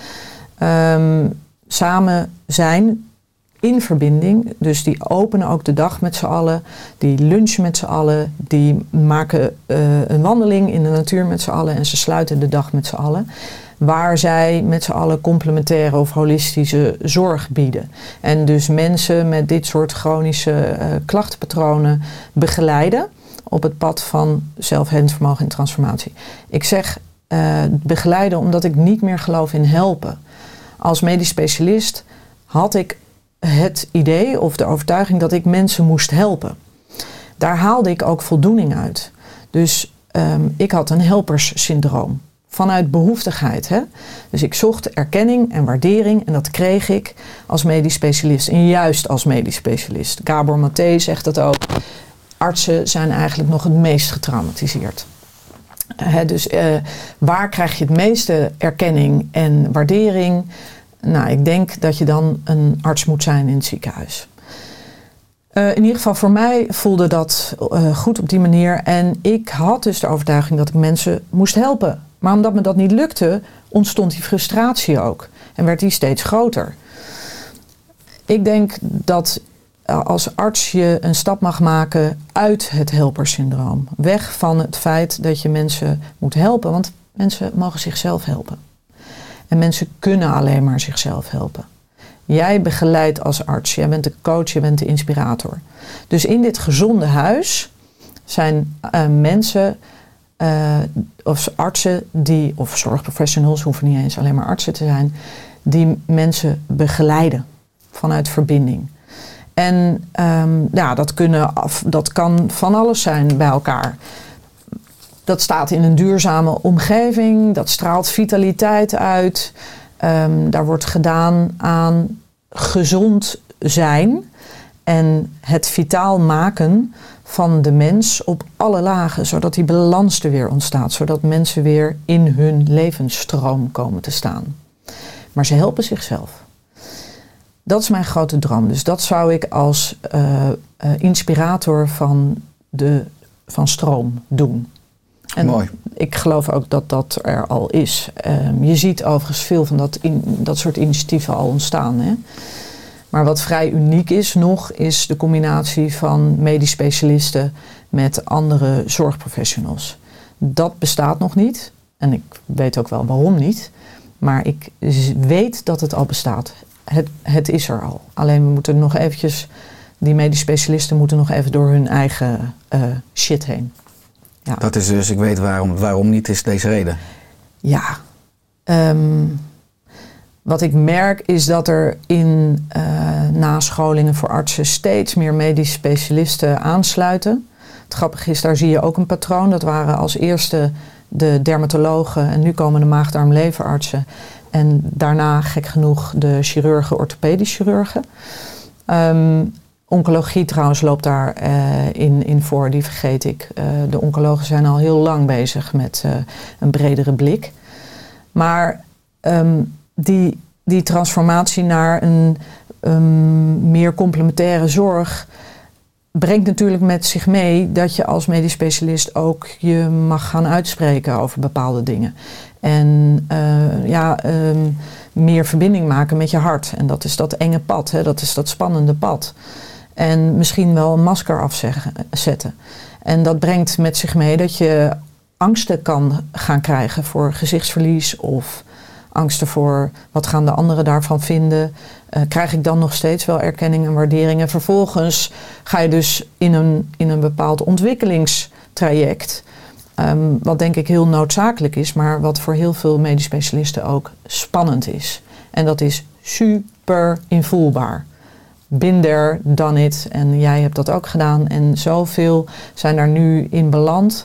Speaker 2: samen zijn in verbinding. Dus die openen ook de dag met z'n allen, die lunchen met z'n allen, die maken een wandeling in de natuur met z'n allen en ze sluiten de dag met z'n allen. Waar zij met z'n allen complementaire of holistische zorg bieden. En dus mensen met dit soort chronische klachtenpatronen begeleiden op het pad van zelfhelingsvermogen en transformatie. Ik zeg begeleiden omdat ik niet meer geloof in helpen. Als medisch specialist had ik het idee of de overtuiging dat ik mensen moest helpen. Daar haalde ik ook voldoening uit. Dus ik had een helperssyndroom. vanuit behoeftigheid. Hè? Dus ik zocht erkenning en waardering en dat kreeg ik als medisch specialist. En juist als medisch specialist. Gabor Maté zegt dat ook. Artsen zijn eigenlijk nog het meest getraumatiseerd. Dus waar krijg je het meeste erkenning en waardering? Nou, ik denk dat je dan een arts moet zijn in het ziekenhuis. In ieder geval voor mij voelde dat goed op die manier. En ik had dus de overtuiging dat ik mensen moest helpen. Maar omdat me dat niet lukte, ontstond die frustratie ook. En werd die steeds groter. Ik denk dat als arts je een stap mag maken uit het helpersyndroom. Weg van het feit dat je mensen moet helpen. Want mensen mogen zichzelf helpen. En mensen kunnen alleen maar zichzelf helpen. Jij begeleidt als arts. Jij bent de coach, je bent de inspirator. Dus in dit gezonde huis zijn mensen of artsen of zorgprofessionals, hoeven niet eens alleen maar artsen te zijn, die mensen begeleiden vanuit verbinding. En dat kan van alles zijn bij elkaar. Dat staat in een duurzame omgeving, dat straalt vitaliteit uit. Daar wordt gedaan aan gezond zijn en het vitaal maken van de mens op alle lagen, zodat die balans er weer ontstaat, zodat mensen weer in hun levensstroom komen te staan. Maar ze helpen zichzelf. Dat is mijn grote droom. Dus dat zou ik als inspirator van stroom doen. En
Speaker 4: mooi.
Speaker 2: Ik geloof ook dat dat er al is. Je ziet overigens veel van dat soort initiatieven al ontstaan. Hè? Maar wat vrij uniek is nog, is de combinatie van medisch specialisten met andere zorgprofessionals. Dat bestaat nog niet. En ik weet ook wel waarom niet. Maar ik weet dat het al bestaat. Het is er al. Alleen we moeten nog eventjes, die medisch specialisten moeten nog even door hun eigen shit heen. Ja.
Speaker 4: Dat is dus, ik weet waarom niet, is deze reden.
Speaker 2: Ja. Wat ik merk is dat er in nascholingen voor artsen steeds meer medisch specialisten aansluiten. Het grappige is, daar zie je ook een patroon. Dat waren als eerste de dermatologen en nu komen de maag-darm-leverartsen. En daarna, gek genoeg, de chirurgen, orthopedisch chirurgen. Oncologie trouwens loopt daar in voor, die vergeet ik. De oncologen zijn al heel lang bezig met een bredere blik. Maar die transformatie naar een meer complementaire zorg brengt natuurlijk met zich mee dat je als medisch specialist ook je mag gaan uitspreken over bepaalde dingen. En meer verbinding maken met je hart. En dat is dat enge pad, hè? Dat is dat spannende pad. En misschien wel een masker afzetten. En dat brengt met zich mee dat je angsten kan gaan krijgen voor gezichtsverlies of angsten voor wat gaan de anderen daarvan vinden. Krijg ik dan nog steeds wel erkenning en waardering? En vervolgens ga je dus in een bepaald ontwikkelingstraject. Wat denk ik heel noodzakelijk is, maar wat voor heel veel medisch specialisten ook spannend is. En dat is super invoelbaar. Been there, done it. En jij hebt dat ook gedaan. En zoveel zijn daar nu in beland.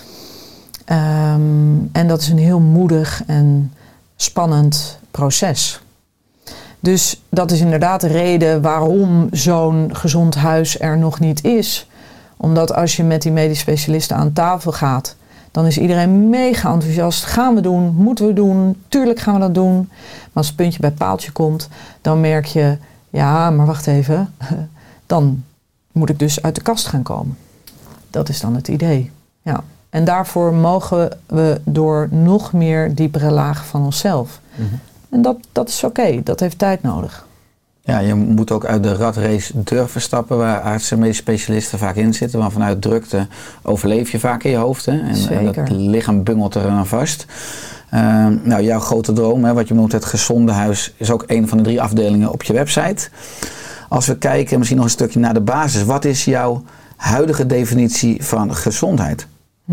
Speaker 2: En dat is een heel moedig en spannend proces. Dus dat is inderdaad de reden waarom zo'n gezond huis er nog niet is. Omdat als je met die medisch specialisten aan tafel gaat, dan is iedereen mega enthousiast. Gaan we doen, moeten we doen, tuurlijk gaan we dat doen. Maar als het puntje bij paaltje komt, dan merk je, ja, maar wacht even, dan moet ik dus uit de kast gaan komen. Dat is dan het idee. Ja. En daarvoor mogen we door nog meer diepere lagen van onszelf. Mm-hmm. En dat is oké, dat heeft tijd nodig.
Speaker 4: Ja, je moet ook uit de ratrace durven stappen waar artsen en medisch specialisten vaak in zitten. Want vanuit drukte overleef je vaak in je hoofd. Hè? En het lichaam bungelt er aan vast. Jouw grote droom, wat je noemt het gezonde huis, is ook een van de 3 afdelingen op je website. Als we kijken misschien nog een stukje naar de basis. Wat is jouw huidige definitie van gezondheid?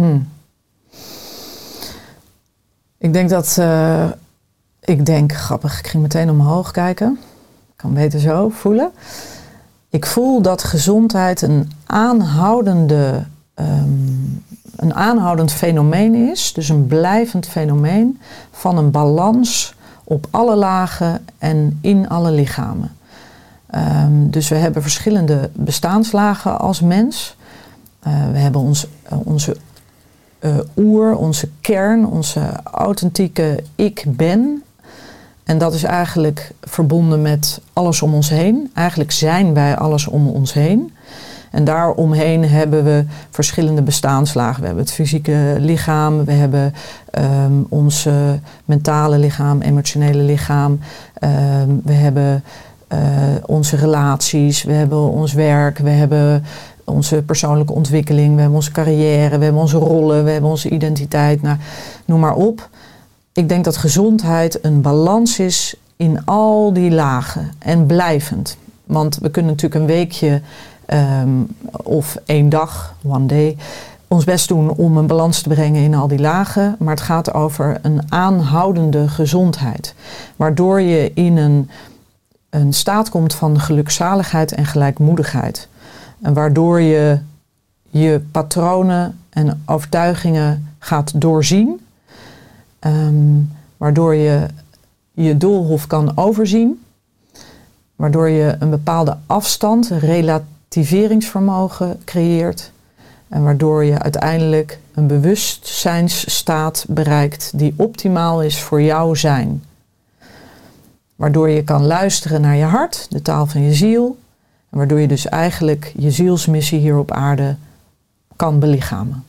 Speaker 2: Ik denk, grappig, ik ging meteen omhoog kijken. Ik kan beter zo voelen. Ik voel dat gezondheid een aanhoudende een aanhoudend fenomeen is, dus een blijvend fenomeen van een balans op alle lagen en in alle lichamen. Dus we hebben verschillende bestaanslagen als mens. We hebben onze oer, onze kern, onze authentieke ik ben. En dat is eigenlijk verbonden met alles om ons heen. Eigenlijk zijn wij alles om ons heen. En daaromheen hebben we verschillende bestaansslagen. We hebben het fysieke lichaam, we hebben ons mentale lichaam, emotionele lichaam. We hebben onze relaties, we hebben ons werk, we hebben onze persoonlijke ontwikkeling, we hebben onze carrière, we hebben onze rollen, we hebben onze identiteit. Nou, noem maar op. Ik denk dat gezondheid een balans is in al die lagen en blijvend. Want we kunnen natuurlijk een weekje of 1 dag, one day, ons best doen om een balans te brengen in al die lagen. Maar het gaat over een aanhoudende gezondheid. Waardoor je in een staat komt van gelukzaligheid en gelijkmoedigheid. En waardoor je je patronen en overtuigingen gaat doorzien. Waardoor je je doolhof kan overzien. Waardoor je een bepaalde afstand, relativeringsvermogen creëert. En waardoor je uiteindelijk een bewustzijnsstaat bereikt die optimaal is voor jouw zijn. Waardoor je kan luisteren naar je hart, de taal van je ziel. En waardoor je dus eigenlijk je zielsmissie hier op aarde kan belichamen.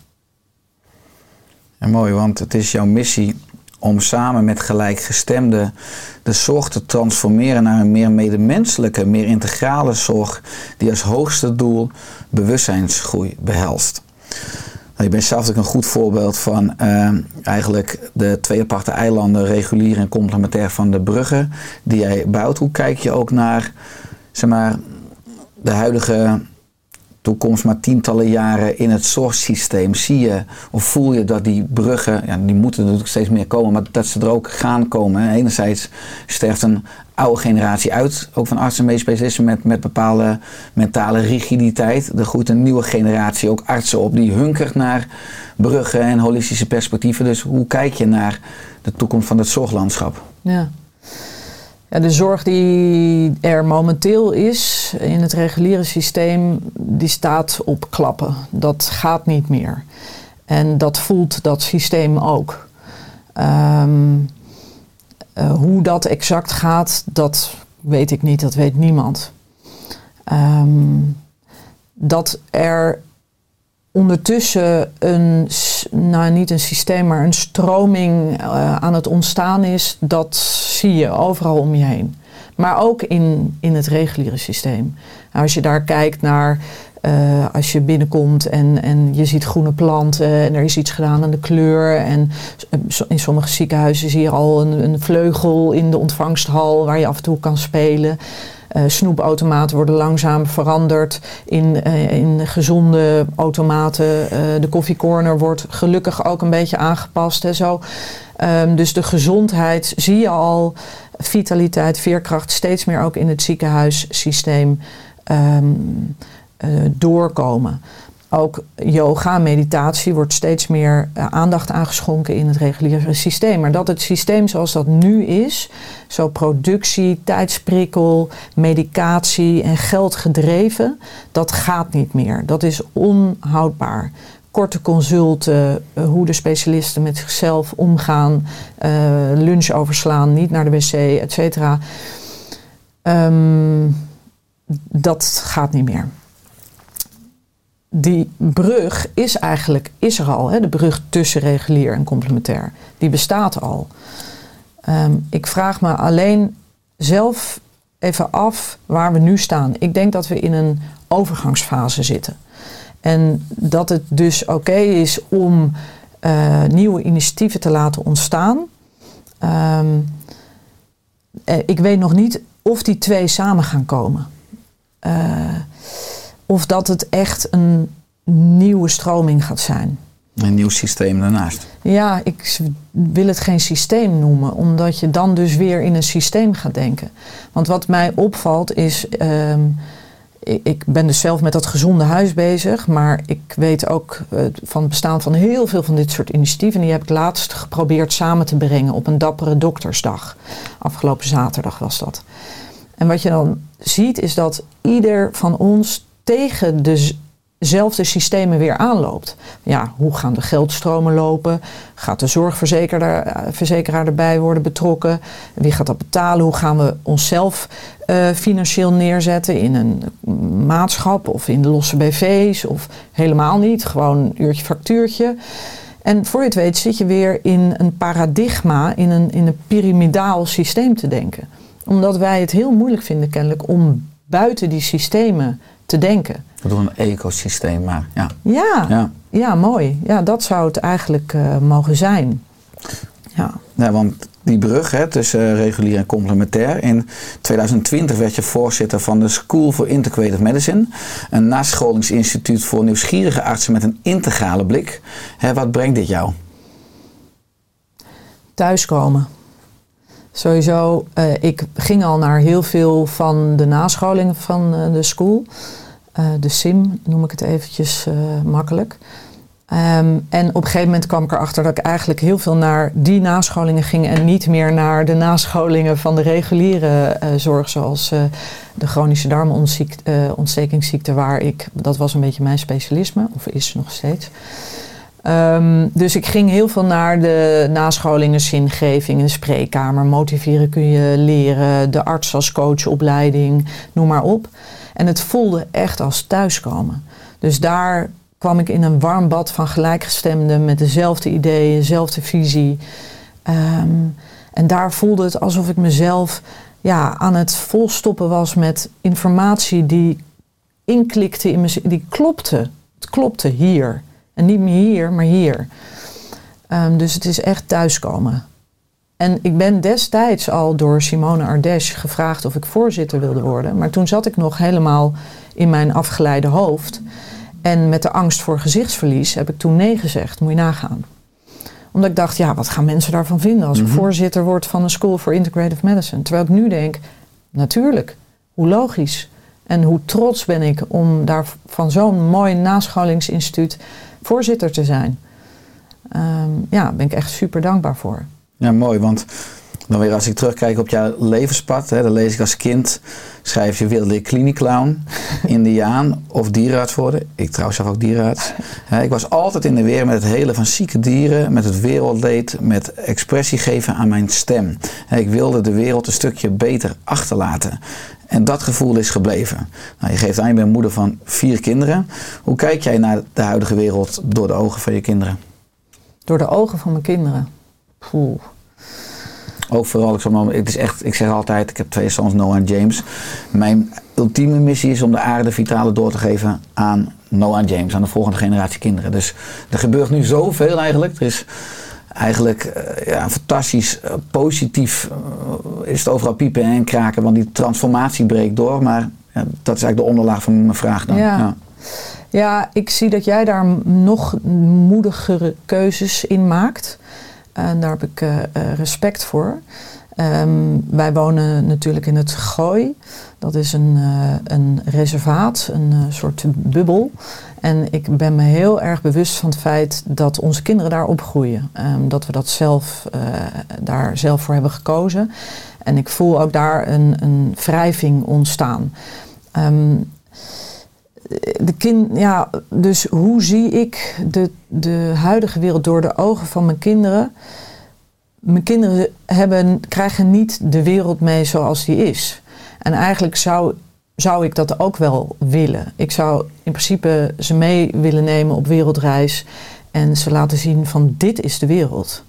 Speaker 4: En mooi, want het is jouw missie om samen met gelijkgestemden de zorg te transformeren naar een meer medemenselijke, meer integrale zorg die als hoogste doel bewustzijnsgroei behelst. Je bent zelf ook een goed voorbeeld van eigenlijk de 2 aparte eilanden, regulier en complementair van de bruggen die jij bouwt. Hoe kijk je ook naar, zeg maar, de huidige toekomst, maar tientallen jaren in het zorgsysteem? Zie je of voel je dat die bruggen, ja, die moeten natuurlijk steeds meer komen, maar dat ze er ook gaan komen? Enerzijds sterft een oude generatie uit, ook van artsen en medisch specialisten met bepaalde mentale rigiditeit. Er groeit een nieuwe generatie, ook artsen op, die hunkert naar bruggen en holistische perspectieven. Dus hoe kijk je naar de toekomst van het zorglandschap?
Speaker 2: Ja. Ja, de zorg die er momenteel is in het reguliere systeem, die staat op klappen. Dat gaat niet meer. En dat voelt dat systeem ook. Hoe dat exact gaat, dat weet ik niet, dat weet niemand. Dat er ondertussen niet een systeem, maar een stroming aan het ontstaan is, dat zie je overal om je heen. Maar ook in het reguliere systeem. Nou, als je daar kijkt naar, als je binnenkomt en je ziet groene planten en er is iets gedaan aan de kleur. En in sommige ziekenhuizen zie je al een vleugel in de ontvangsthal waar je af en toe kan spelen. Snoepautomaten worden langzaam veranderd in gezonde automaten. De koffiecorner wordt gelukkig ook een beetje aangepast en zo. Dus de gezondheid zie je al, vitaliteit, veerkracht, steeds meer ook in het ziekenhuissysteem doorkomen. Ook yoga, meditatie wordt steeds meer aandacht aangeschonken in het reguliere systeem. Maar dat het systeem zoals dat nu is, zo productie, tijdsprikkel, medicatie en geld gedreven, dat gaat niet meer. Dat is onhoudbaar. Korte consulten, hoe de specialisten met zichzelf omgaan, lunch overslaan, niet naar de wc, et cetera. Dat gaat niet meer. Die brug is er al, hè? De brug tussen regulier en complementair. Die bestaat al. Ik vraag me alleen zelf even af waar we nu staan. Ik denk dat we in een overgangsfase zitten. En dat het dus oké is om nieuwe initiatieven te laten ontstaan. Ik weet nog niet of die 2 samen gaan komen. Of dat het echt een nieuwe stroming gaat zijn.
Speaker 4: Een nieuw systeem daarnaast.
Speaker 2: Ja, ik wil het geen systeem noemen, omdat je dan dus weer in een systeem gaat denken. Want wat mij opvalt is, ik ben dus zelf met dat gezonde huis bezig. Maar ik weet ook van het bestaan van heel veel van dit soort initiatieven. Die heb ik laatst geprobeerd samen te brengen op een dappere doktersdag. Afgelopen zaterdag was dat. En wat je dan ziet is dat ieder van ons tegen dezelfde systemen weer aanloopt. Ja, hoe gaan de geldstromen lopen? Gaat de zorgverzekeraar erbij worden betrokken? Wie gaat dat betalen? Hoe gaan we onszelf financieel neerzetten in een maatschap of in de losse BV's? Of helemaal niet, gewoon een uurtje factuurtje. En voor je het weet zit je weer in een paradigma, in een piramidaal systeem te denken. Omdat wij het heel moeilijk vinden kennelijk om buiten die systemen te denken.
Speaker 4: We doen een ecosysteem, maar ja.
Speaker 2: Ja, mooi. Ja, dat zou het eigenlijk mogen zijn.
Speaker 4: Ja, want die brug tussen regulier en complementair. In 2020 werd je voorzitter van de School for Integrative Medicine. Een nascholingsinstituut voor nieuwsgierige artsen met een integrale blik. Wat brengt dit jou?
Speaker 2: Thuiskomen. Sowieso, ik ging al naar heel veel van de nascholingen van de school. De SIM noem ik het eventjes makkelijk. En op een gegeven moment kwam ik erachter dat ik eigenlijk heel veel naar die nascholingen ging en niet meer naar de nascholingen van de reguliere zorg, zoals de chronische darmontstekingsziekte, dat was een beetje mijn specialisme, of is nog steeds. Dus ik ging heel veel naar de nascholingen, zingeving, de spreekkamer, motiveren kun je leren, de arts als coachopleiding, noem maar op. En het voelde echt als thuiskomen. Dus daar kwam ik in een warm bad van gelijkgestemden met dezelfde ideeën, dezelfde visie. En daar voelde het alsof ik mezelf aan het volstoppen was met informatie die inklikte in mezelf, die klopte. Het klopte hier. En niet meer hier, maar hier. Dus het is echt thuiskomen. En ik ben destijds al door Simone Ardèche gevraagd of ik voorzitter wilde worden. Maar toen zat ik nog helemaal in mijn afgeleide hoofd. En met de angst voor gezichtsverlies heb ik toen nee gezegd. Moet je nagaan. Omdat ik dacht, wat gaan mensen daarvan vinden als ik voorzitter word van een School for Integrative Medicine? Terwijl ik nu denk, natuurlijk, hoe logisch. En hoe trots ben ik om daar van zo'n mooi nascholingsinstituut voorzitter te zijn. Daar ben ik echt super dankbaar voor.
Speaker 4: Ja, mooi, want dan weer als ik terugkijk op jouw levenspad, dan lees ik als kind, schrijf je wilde ik kliniekclown, indiaan of dierenarts worden. Ik trouwens zelf ook dierenarts. Ik was altijd in de weer met het helen van zieke dieren, met het wereldleed, met expressie geven aan mijn stem. Ik wilde de wereld een stukje beter achterlaten. En dat gevoel is gebleven. Nou, je geeft aan, je bent moeder van 4 kinderen. Hoe kijk jij naar de huidige wereld door de ogen van je kinderen?
Speaker 2: Door de ogen van mijn kinderen? Poeh.
Speaker 4: Ook vooral, ik zeg altijd, ik heb 2 zoons, Noah en James. Mijn ultieme missie is om de aarde vitale door te geven aan Noah en James, aan de volgende generatie kinderen. Dus er gebeurt nu zoveel eigenlijk. Er is eigenlijk fantastisch, positief is het overal piepen en kraken, want die transformatie breekt door. Maar dat is eigenlijk de onderlaag van mijn vraag dan.
Speaker 2: Ja, ik zie dat jij daar nog moedigere keuzes in maakt. En daar heb ik respect voor. Wij wonen natuurlijk in het Gooi. Dat is een reservaat, een soort bubbel. En ik ben me heel erg bewust van het feit dat onze kinderen daar opgroeien. Dat we dat daar zelf voor hebben gekozen. En ik voel ook daar een wrijving ontstaan. Dus hoe zie ik de huidige wereld door de ogen van mijn kinderen? Mijn kinderen krijgen niet de wereld mee zoals die is. En eigenlijk zou ik dat ook wel willen. Ik zou in principe ze mee willen nemen op wereldreis en ze laten zien van dit is de wereld.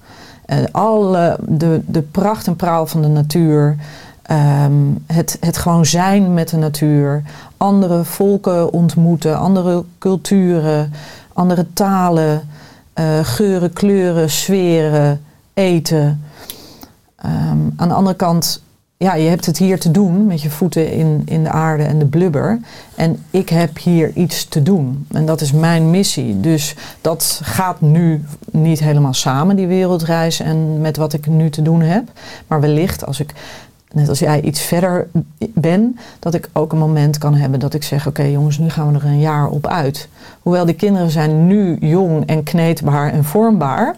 Speaker 2: De pracht en praal van de natuur. Het gewoon zijn met de natuur. Andere volken ontmoeten, andere culturen, andere talen, geuren, kleuren, sferen, eten. Aan de andere kant, je hebt het hier te doen met je voeten in de aarde en de blubber. En ik heb hier iets te doen. En dat is mijn missie. Dus dat gaat nu niet helemaal samen, die wereldreis en met wat ik nu te doen heb. Maar wellicht als ik net als jij iets verder ben, dat ik ook een moment kan hebben dat ik zeg, oké, jongens, nu gaan we er een jaar op uit. Hoewel die kinderen zijn nu jong en kneedbaar en vormbaar.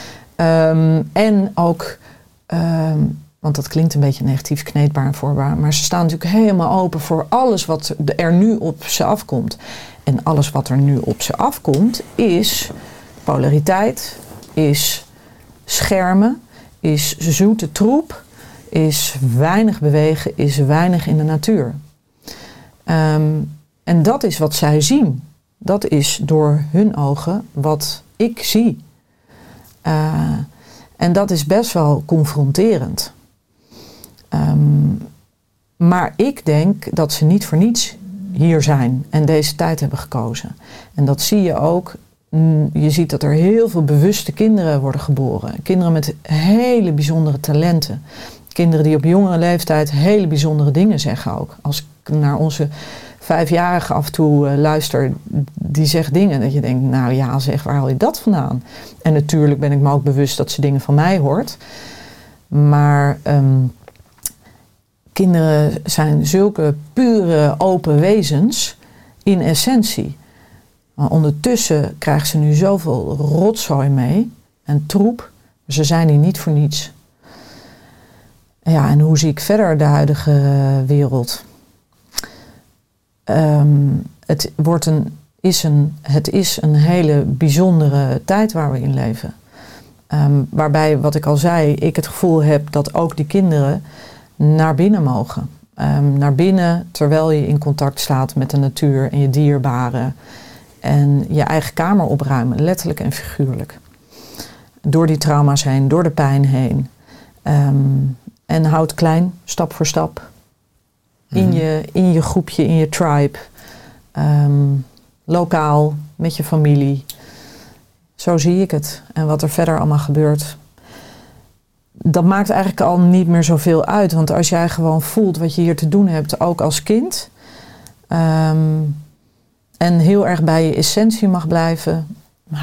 Speaker 2: En ook, want dat klinkt een beetje negatief, kneedbaar en vormbaar, maar ze staan natuurlijk helemaal open voor alles wat er nu op ze afkomt. En alles wat er nu op ze afkomt is polariteit, is schermen, is zoete troep, is weinig bewegen, is weinig in de natuur. En dat is wat zij zien. Dat is door hun ogen wat ik zie. En dat is best wel confronterend. Maar ik denk dat ze niet voor niets hier zijn en deze tijd hebben gekozen. En dat zie je ook. Je ziet dat er heel veel bewuste kinderen worden geboren. Kinderen met hele bijzondere talenten. Kinderen die op jongere leeftijd hele bijzondere dingen zeggen ook. Als ik naar onze 5-jarige af en toe luister, die zegt dingen dat je denkt, nou ja zeg, waar haal je dat vandaan? En natuurlijk ben ik me ook bewust dat ze dingen van mij hoort. Maar kinderen zijn zulke pure open wezens in essentie. Maar ondertussen krijgen ze nu zoveel rotzooi mee en troep. Ze zijn hier niet voor niets. Ja, en hoe zie ik verder de huidige wereld? Het is een hele bijzondere tijd waar we in leven. Waarbij, wat ik al zei, ik het gevoel heb dat ook die kinderen naar binnen mogen. Naar binnen terwijl je in contact staat met de natuur en je dierbaren. En je eigen kamer opruimen, letterlijk en figuurlijk. Door die trauma's heen, door de pijn heen. En houd klein, stap voor stap. In je groepje, in je tribe. Lokaal, met je familie. Zo zie ik het. En wat er verder allemaal gebeurt. Dat maakt eigenlijk al niet meer zoveel uit. Want als jij gewoon voelt wat je hier te doen hebt, ook als kind. En heel erg bij je essentie mag blijven. Nou,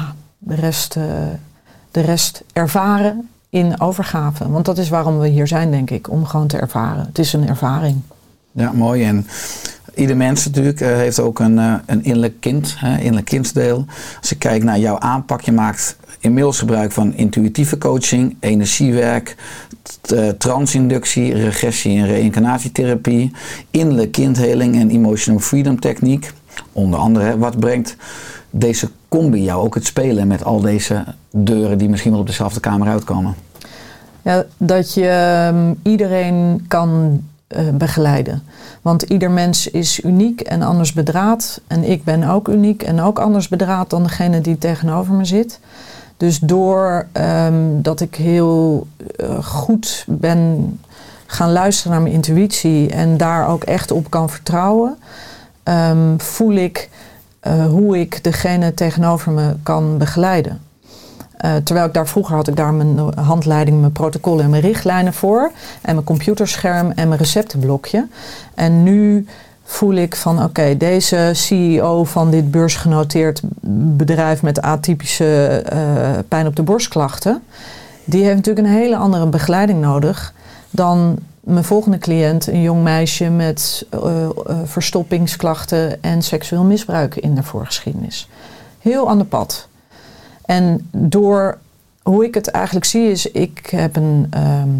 Speaker 2: de rest ervaren in overgave. Want dat is waarom we hier zijn, denk ik. Om gewoon te ervaren. Het is een ervaring.
Speaker 4: Ja, mooi. En ieder mens natuurlijk heeft ook een innerlijk kind, innerlijk kindsdeel. Als ik kijk naar jouw aanpak, je maakt inmiddels gebruik van intuïtieve coaching, energiewerk, transinductie, regressie- en reïncarnatietherapie, innerlijk kindheling en emotional freedom techniek. Onder andere, wat brengt deze combi jou, ook het spelen met al deze deuren die misschien wel op dezelfde kamer uitkomen?
Speaker 2: Ja, dat je iedereen kan begeleiden. Want ieder mens is uniek en anders bedraad. En ik ben ook uniek en ook anders bedraad dan degene die tegenover me zit. Dus doordat ik heel goed ben gaan luisteren naar mijn intuïtie en daar ook echt op kan vertrouwen, voel ik hoe ik degene tegenover me kan begeleiden. Terwijl vroeger had ik daar mijn handleiding, mijn protocollen en mijn richtlijnen voor. En mijn computerscherm en mijn receptenblokje. En nu voel ik van oké, deze CEO van dit beursgenoteerd bedrijf met atypische pijn op de borstklachten. Die heeft natuurlijk een hele andere begeleiding nodig dan mijn volgende cliënt, een jong meisje met verstoppingsklachten en seksueel misbruik in de voorgeschiedenis. Heel ander pad. En door hoe ik het eigenlijk zie is, ik heb een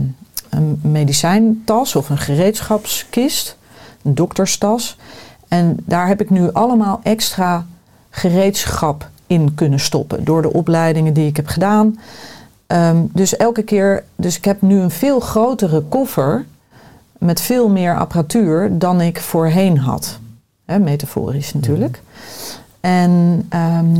Speaker 2: medicijntas of een gereedschapskist, een dokterstas. En daar heb ik nu allemaal extra gereedschap in kunnen stoppen door de opleidingen die ik heb gedaan. Dus elke keer, ik heb nu een veel grotere koffer met veel meer apparatuur dan ik voorheen had. Metaforisch natuurlijk. En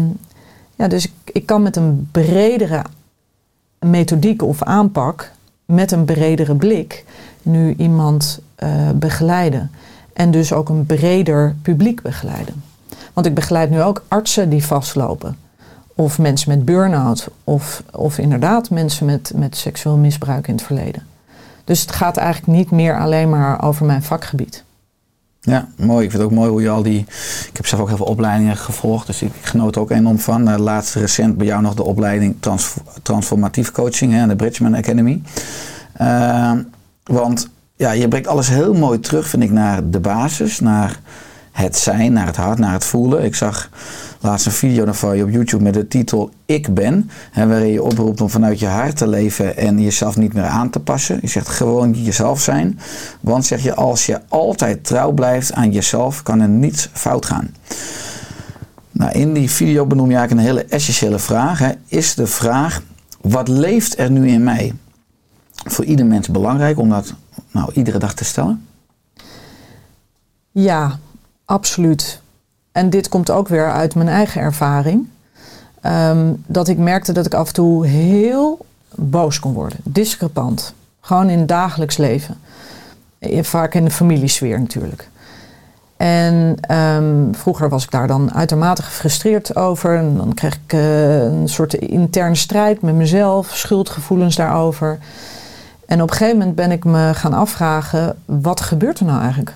Speaker 2: dus ik kan met een bredere methodiek of aanpak, met een bredere blik, nu iemand begeleiden. En dus ook een breder publiek begeleiden. Want ik begeleid nu ook artsen die vastlopen. Of mensen met burn-out. Of inderdaad mensen met seksueel misbruik in het verleden. Dus het gaat eigenlijk niet meer alleen maar over mijn vakgebied.
Speaker 4: Ja, mooi. Ik vind het ook mooi hoe je ik heb zelf ook heel veel opleidingen gevolgd, dus ik genoot er ook enorm van. Laatst recent bij jou nog de opleiding transformatief coaching aan de Bridgman Academy. Want je brengt alles heel mooi terug, vind ik, naar de basis. Naar het zijn, naar het hart, naar het voelen. Ik zag laatst een video van je op YouTube met de titel Ik Ben. Waarin je oproept om vanuit je hart te leven en jezelf niet meer aan te passen. Je zegt gewoon jezelf zijn. Want zeg je, als je altijd trouw blijft aan jezelf, kan er niets fout gaan. Nou, in die video benoem je eigenlijk een hele essentiële vraag. Is de vraag, wat leeft er nu in mij? Voor ieder mens belangrijk om dat iedere dag te stellen?
Speaker 2: Ja, absoluut. En dit komt ook weer uit mijn eigen ervaring. Dat ik merkte dat ik af en toe heel boos kon worden. Discrepant. Gewoon in het dagelijks leven. Vaak in de familiesfeer natuurlijk. En vroeger was ik daar dan uitermate gefrustreerd over. En dan kreeg ik een soort interne strijd met mezelf. Schuldgevoelens daarover. En op een gegeven moment ben ik me gaan afvragen, wat gebeurt er nou eigenlijk?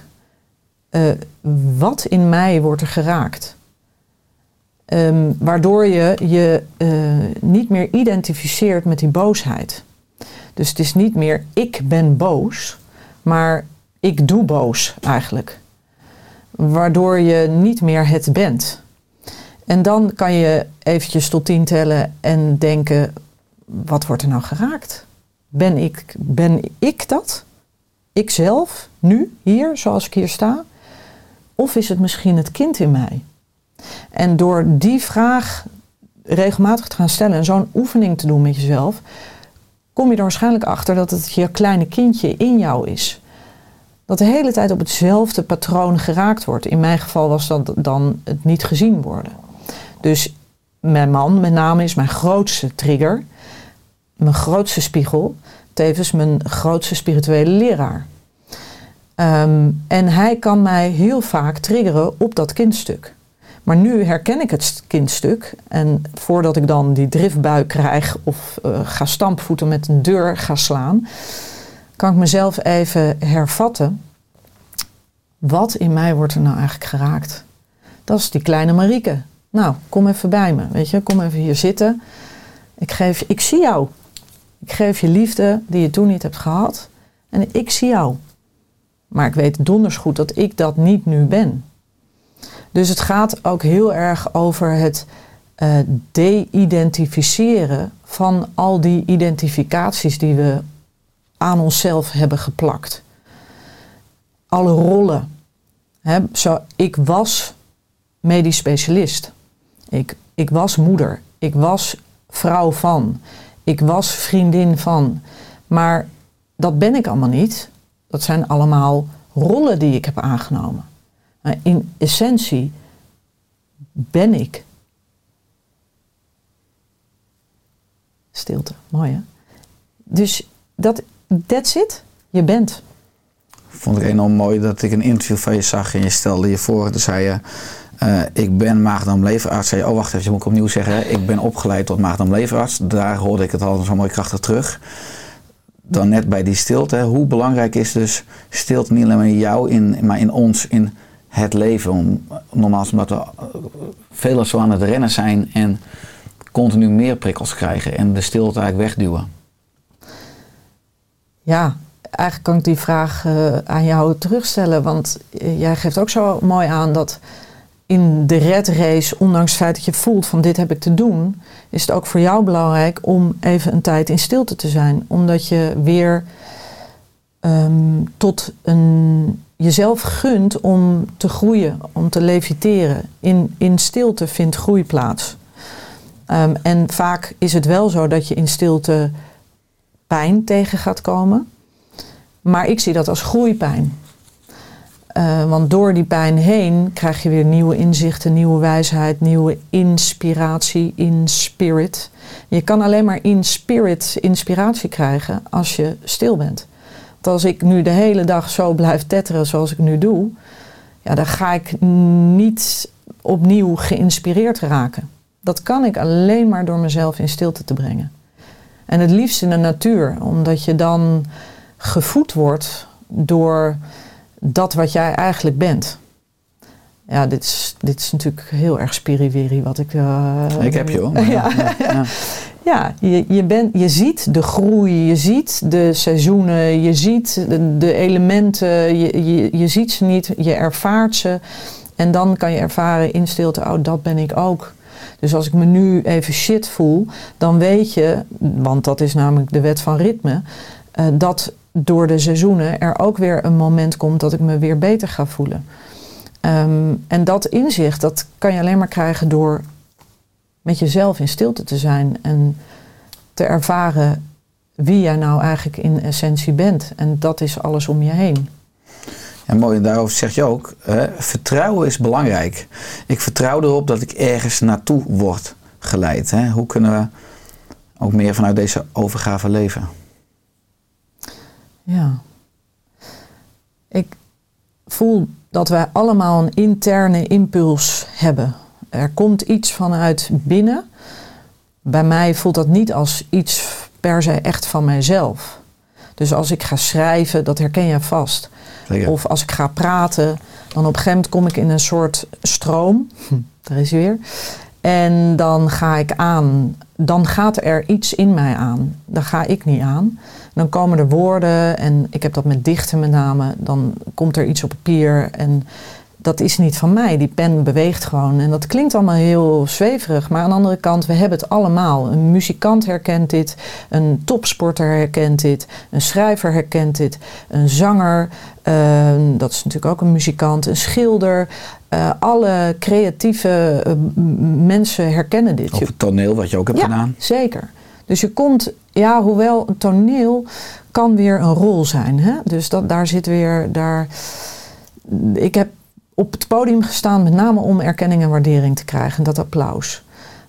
Speaker 2: Wat in mij wordt er geraakt? Waardoor je niet meer identificeert met die boosheid. Dus het is niet meer ik ben boos, maar ik doe boos eigenlijk. Waardoor je niet meer het bent. En dan kan je eventjes tot 10 tellen en denken, wat wordt er nou geraakt? Ben ik dat? Ikzelf, nu, hier, zoals ik hier sta? Of is het misschien het kind in mij? En door die vraag regelmatig te gaan stellen en zo'n oefening te doen met jezelf, kom je er waarschijnlijk achter dat het je kleine kindje in jou is. Dat de hele tijd op hetzelfde patroon geraakt wordt. In mijn geval was dat dan het niet gezien worden. Dus mijn man met name is mijn grootste trigger, mijn grootste spiegel, tevens mijn grootste spirituele leraar. En hij kan mij heel vaak triggeren op dat kindstuk. Maar nu herken ik het kindstuk. En voordat ik dan die driftbui krijg of ga stampvoeten met een deur ga slaan, kan ik mezelf even hervatten. Wat in mij wordt er nou eigenlijk geraakt? Dat is die kleine Marieke. Nou, kom even bij me. Weet je, kom even hier zitten. Ik zie jou. Ik geef je liefde die je toen niet hebt gehad. En ik zie jou. Maar ik weet donders goed dat ik dat niet nu ben. Dus het gaat ook heel erg over het de-identificeren van al die identificaties die we aan onszelf hebben geplakt. Alle rollen. Ik was medisch specialist. Ik was moeder. Ik was vrouw van. Ik was vriendin van. Maar dat ben ik allemaal niet. Dat zijn allemaal rollen die ik heb aangenomen. Maar in essentie ben ik. Stilte, mooi hè? Dus that's it. Je bent.
Speaker 4: Vond ik enorm mooi dat ik een interview van je zag en je stelde je voor. Dus zei je, ik ben maag-darm-leverarts. Zei je, oh wacht even, je moet ik opnieuw zeggen. Hè? Ik ben opgeleid tot maag-darm-leverarts. Daar hoorde ik het al zo mooi krachtig terug. Dan net bij die stilte. Hè? Hoe belangrijk is dus stilte niet alleen maar in jou, maar in ons, in het leven. Nogmaals, omdat we veel zo aan het rennen zijn en continu meer prikkels krijgen en de stilte eigenlijk wegduwen.
Speaker 2: Ja, eigenlijk kan ik die vraag aan jou terugstellen. Want jij geeft ook zo mooi aan dat in de red race, ondanks het feit dat je voelt van dit heb ik te doen, is het ook voor jou belangrijk om even een tijd in stilte te zijn. Omdat je weer tot jezelf gunt om te groeien, om te leviteren. In stilte vindt groei plaats. En vaak is het wel zo dat je in stilte pijn tegen gaat komen. Maar ik zie dat als groeipijn. Want door die pijn heen krijg je weer nieuwe inzichten, nieuwe wijsheid, nieuwe inspiratie, in spirit. Je kan alleen maar in spirit inspiratie krijgen als je stil bent. Want als ik nu de hele dag zo blijf tetteren zoals ik nu doe, ja, dan ga ik niet opnieuw geïnspireerd raken. Dat kan ik alleen maar door mezelf in stilte te brengen. En het liefst in de natuur, omdat je dan gevoed wordt door dat wat jij eigenlijk bent. Ja, dit is natuurlijk heel erg spiriwiri wat ik...
Speaker 4: Ik heb je hoor.
Speaker 2: Ja. Ja, je ziet de groei, je ziet de seizoenen, je ziet de elementen, je ziet ze niet, je ervaart ze. En dan kan je ervaren in stilte, oh, dat ben ik ook. Dus als ik me nu even shit voel, dan weet je, want dat is namelijk de wet van ritme, dat door de seizoenen er ook weer een moment komt dat ik me weer beter ga voelen. En dat inzicht, dat kan je alleen maar krijgen door met jezelf in stilte te zijn en te ervaren wie jij nou eigenlijk in essentie bent. En dat is alles om je heen.
Speaker 4: En mooi, en daarover zeg je ook, vertrouwen is belangrijk. Ik vertrouw erop dat ik ergens naartoe word geleid. Hè? Hoe kunnen we ook meer vanuit deze overgave leven?
Speaker 2: Ja. Ik voel dat wij allemaal een interne impuls hebben. Er komt iets vanuit binnen. Bij mij voelt dat niet als iets per se echt van mijzelf. Dus als ik ga schrijven, dat herken je vast.
Speaker 4: Zeker.
Speaker 2: Of als ik ga praten, dan op een gegeven moment kom ik in een soort stroom. Daar is hij weer. En dan ga ik aan. Dan gaat er iets in mij aan. Daar ga ik niet aan. Dan komen er woorden en ik heb dat met dichten met name. Dan komt er iets op papier en dat is niet van mij. Die pen beweegt gewoon. En dat klinkt allemaal heel zweverig. Maar aan de andere kant, we hebben het allemaal. Een muzikant herkent dit. Een topsporter herkent dit. Een schrijver herkent dit. Een zanger. Dat is natuurlijk ook een muzikant. Een schilder. Alle creatieve mensen herkennen dit.
Speaker 4: Of het toneel, wat je ook hebt gedaan.
Speaker 2: Ja, zeker. Dus je komt, ja, hoewel een toneel kan weer een rol zijn. Hè? Dus daar zit weer, ik heb op het podium gestaan met name om erkenning en waardering te krijgen. En dat applaus.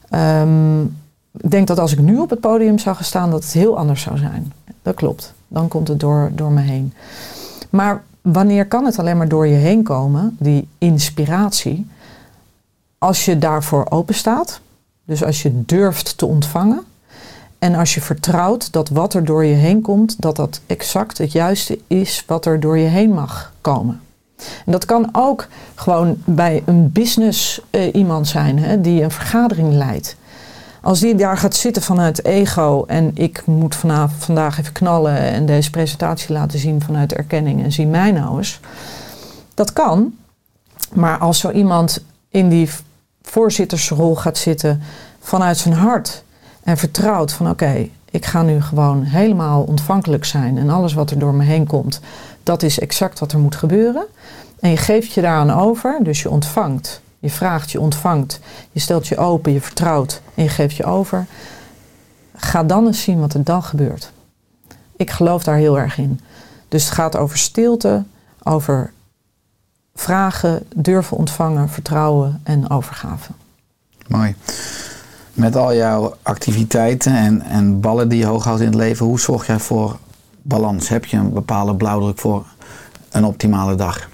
Speaker 2: Ik denk dat als ik nu op het podium zou gaan staan, dat het heel anders zou zijn. Dat klopt. Dan komt het door me heen. Maar wanneer kan het alleen maar door je heen komen, die inspiratie? Als je daarvoor open staat. Dus als je durft te ontvangen. En als je vertrouwt dat wat er door je heen komt, dat dat exact het juiste is wat er door je heen mag komen. En dat kan ook gewoon bij een business iemand zijn, hè, die een vergadering leidt. Als die daar gaat zitten vanuit ego en ik moet vandaag even knallen en deze presentatie laten zien vanuit erkenning en zie mij nou eens. Dat kan, maar als zo iemand in die voorzittersrol gaat zitten vanuit zijn hart en vertrouwt van oké, ik ga nu gewoon helemaal ontvankelijk zijn en alles wat er door me heen komt, dat is exact wat er moet gebeuren. En je geeft je daaraan over, dus je ontvangt. Je vraagt, je ontvangt, je stelt je open, je vertrouwt en je geeft je over. Ga dan eens zien wat er dan gebeurt. Ik geloof daar heel erg in. Dus het gaat over stilte, over vragen, durven ontvangen, vertrouwen en overgave.
Speaker 4: Mooi. Met al jouw activiteiten en ballen die je hoog houdt in het leven, hoe zorg jij voor balans? Heb je een bepaalde blauwdruk voor een optimale dag?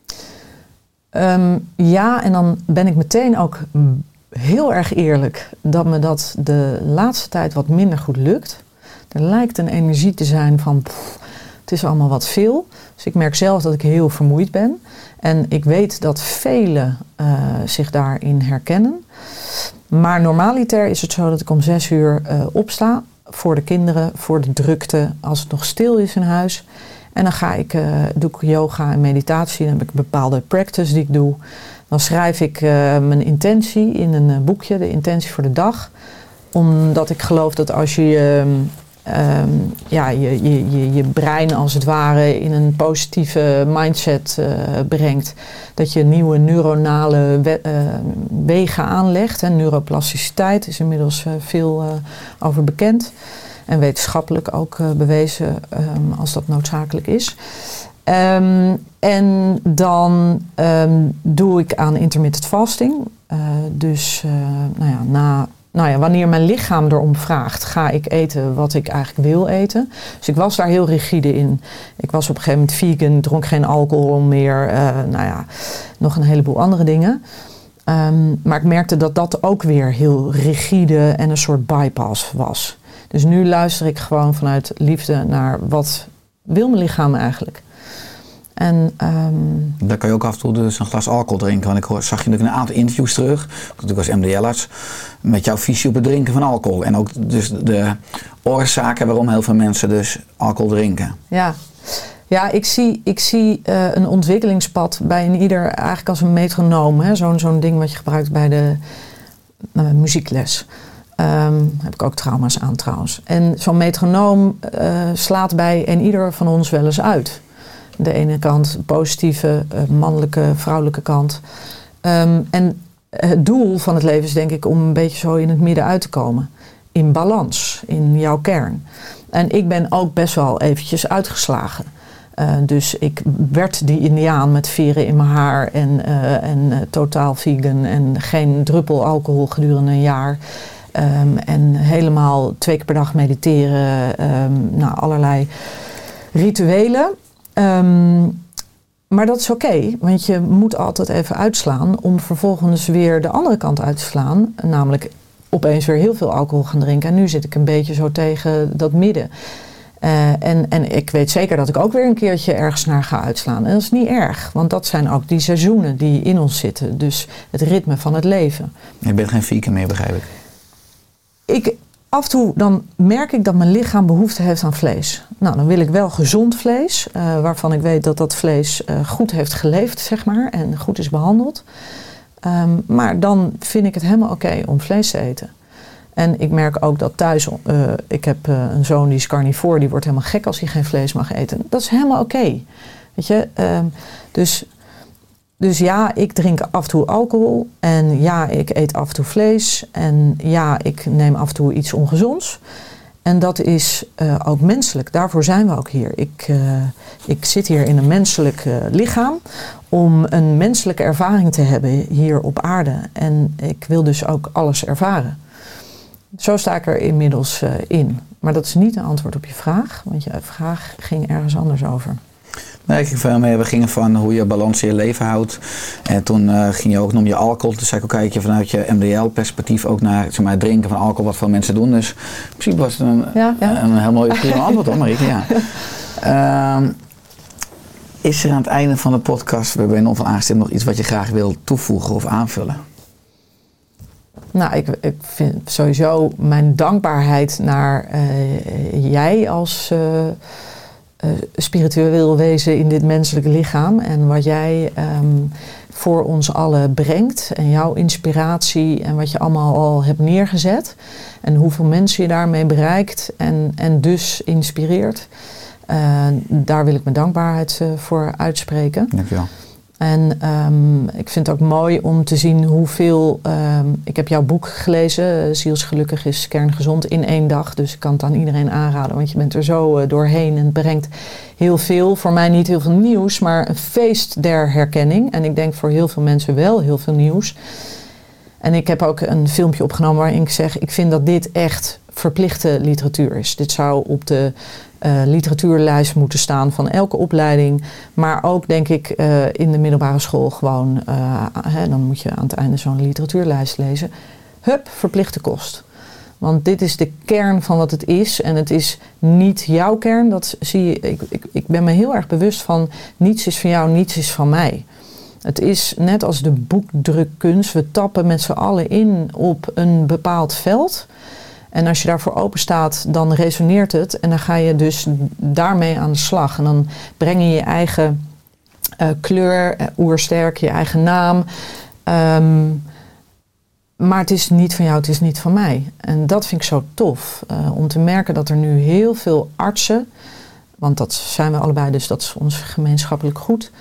Speaker 2: Ja, en dan ben ik meteen ook heel erg eerlijk dat me dat de laatste tijd wat minder goed lukt. Er lijkt een energie te zijn van het is allemaal wat veel. Dus ik merk zelf dat ik heel vermoeid ben. En ik weet dat velen zich daarin herkennen. Maar normaliter is het zo dat ik om 6:00 opsta. Voor de kinderen, voor de drukte, als het nog stil is in huis. En dan doe ik yoga en meditatie. Dan heb ik een bepaalde practice die ik doe. Dan schrijf ik mijn intentie in een boekje, de intentie voor de dag. Omdat ik geloof dat als je je brein als het ware in een positieve mindset brengt, dat je nieuwe neuronale wegen aanlegt. En neuroplasticiteit is inmiddels veel over bekend. En wetenschappelijk ook bewezen als dat noodzakelijk is. En dan doe ik aan intermittent fasting. Wanneer mijn lichaam erom vraagt, ga ik eten wat ik eigenlijk wil eten. Dus ik was daar heel rigide in. Ik was op een gegeven moment vegan, dronk geen alcohol meer. Nog een heleboel andere dingen. Maar ik merkte dat dat ook weer heel rigide en een soort bypass was. Dus nu luister ik gewoon vanuit liefde naar wat wil mijn lichaam eigenlijk. En,
Speaker 4: Dan kan je ook af en toe dus een glas alcohol drinken. Want ik zag je natuurlijk een aantal interviews terug. Ik was MDL-arts. Met jouw visie op het drinken van alcohol. En ook dus de oorzaken waarom heel veel mensen dus alcohol drinken.
Speaker 2: Ja, ik zie een ontwikkelingspad bij een ieder eigenlijk als een metronoom. Hè? Zo'n ding wat je gebruikt bij de muziekles. Heb ik ook trauma's aan trouwens. En zo'n metronoom slaat bij een ieder van ons wel eens uit. De ene kant positieve, mannelijke, vrouwelijke kant. En het doel van het leven is denk ik om een beetje zo in het midden uit te komen. In balans, in jouw kern. En ik ben ook best wel eventjes uitgeslagen. Dus ik werd die Indiaan met veren in mijn haar en totaal vegan en geen druppel alcohol gedurende een jaar. En helemaal 2 keer per dag mediteren, allerlei rituelen. Maar dat is oké, want je moet altijd even uitslaan om vervolgens weer de andere kant uit te slaan. Namelijk opeens weer heel veel alcohol gaan drinken. En nu zit ik een beetje zo tegen dat midden. En ik weet zeker dat ik ook weer een keertje ergens naar ga uitslaan. En dat is niet erg, want dat zijn ook die seizoenen die in ons zitten. Dus het ritme van het leven.
Speaker 4: Je bent geen vegan meer, begrijp ik.
Speaker 2: Af en toe dan merk ik dat mijn lichaam behoefte heeft aan vlees. Nou, dan wil ik wel gezond vlees, waarvan ik weet dat dat vlees goed heeft geleefd, zeg maar, en goed is behandeld. Maar dan vind ik het helemaal oké om vlees te eten. En ik merk ook dat thuis, ik heb een zoon die is carnivore, die wordt helemaal gek als hij geen vlees mag eten. Dat is helemaal oké. Weet je, dus ja, ik drink af en toe alcohol en ja, ik eet af en toe vlees en ja, ik neem af en toe iets ongezonds. En dat is ook menselijk. Daarvoor zijn we ook hier. Ik zit hier in een menselijk lichaam om een menselijke ervaring te hebben hier op aarde. En ik wil dus ook alles ervaren. Zo sta ik er inmiddels in. Maar dat is niet een antwoord op je vraag, want je vraag ging ergens anders over.
Speaker 4: Nee, we gingen van hoe je balans in je leven houdt. En toen ging je ook om je alcohol. Toen zei ik ook, kijk je vanuit je MDL-perspectief ook naar zeg maar, het drinken van alcohol, wat veel mensen doen. Dus in principe was het een heel mooi antwoord hoor, Marieke. Ja. Is er aan het einde van de podcast, we hebben van aangestemd, nog iets wat je graag wil toevoegen of aanvullen?
Speaker 2: Nou, ik vind sowieso mijn dankbaarheid naar jij als spiritueel wezen in dit menselijke lichaam. En wat jij voor ons allen brengt. En jouw inspiratie en wat je allemaal al hebt neergezet. En hoeveel mensen je daarmee bereikt en dus inspireert. Daar wil ik mijn dankbaarheid voor uitspreken.
Speaker 4: Dankjewel.
Speaker 2: En ik vind het ook mooi om te zien hoeveel... ik heb jouw boek gelezen, Zielsgelukkig is kerngezond, in 1 dag. Dus ik kan het aan iedereen aanraden, want je bent er zo doorheen. En het brengt heel veel, voor mij niet heel veel nieuws, maar een feest der herkenning. En ik denk voor heel veel mensen wel heel veel nieuws. En ik heb ook een filmpje opgenomen waarin ik zeg... ik vind dat dit echt verplichte literatuur is. Dit zou op de literatuurlijst moeten staan van elke opleiding. Maar ook denk ik in de middelbare school gewoon... dan moet je aan het einde zo'n literatuurlijst lezen. Verplichte kost. Want dit is de kern van wat het is. En het is niet jouw kern. Dat zie je. Ik ben me heel erg bewust van... niets is van jou, niets is van mij. Het is net als de boekdrukkunst. We tappen met z'n allen in op een bepaald veld. En als je daarvoor open staat, dan resoneert het. En dan ga je dus daarmee aan de slag. En dan breng je je eigen kleur, oersterk, je eigen naam. Maar het is niet van jou, het is niet van mij. En dat vind ik zo tof. Om te merken dat er nu heel veel artsen... want dat zijn we allebei, dus dat is ons gemeenschappelijk goed...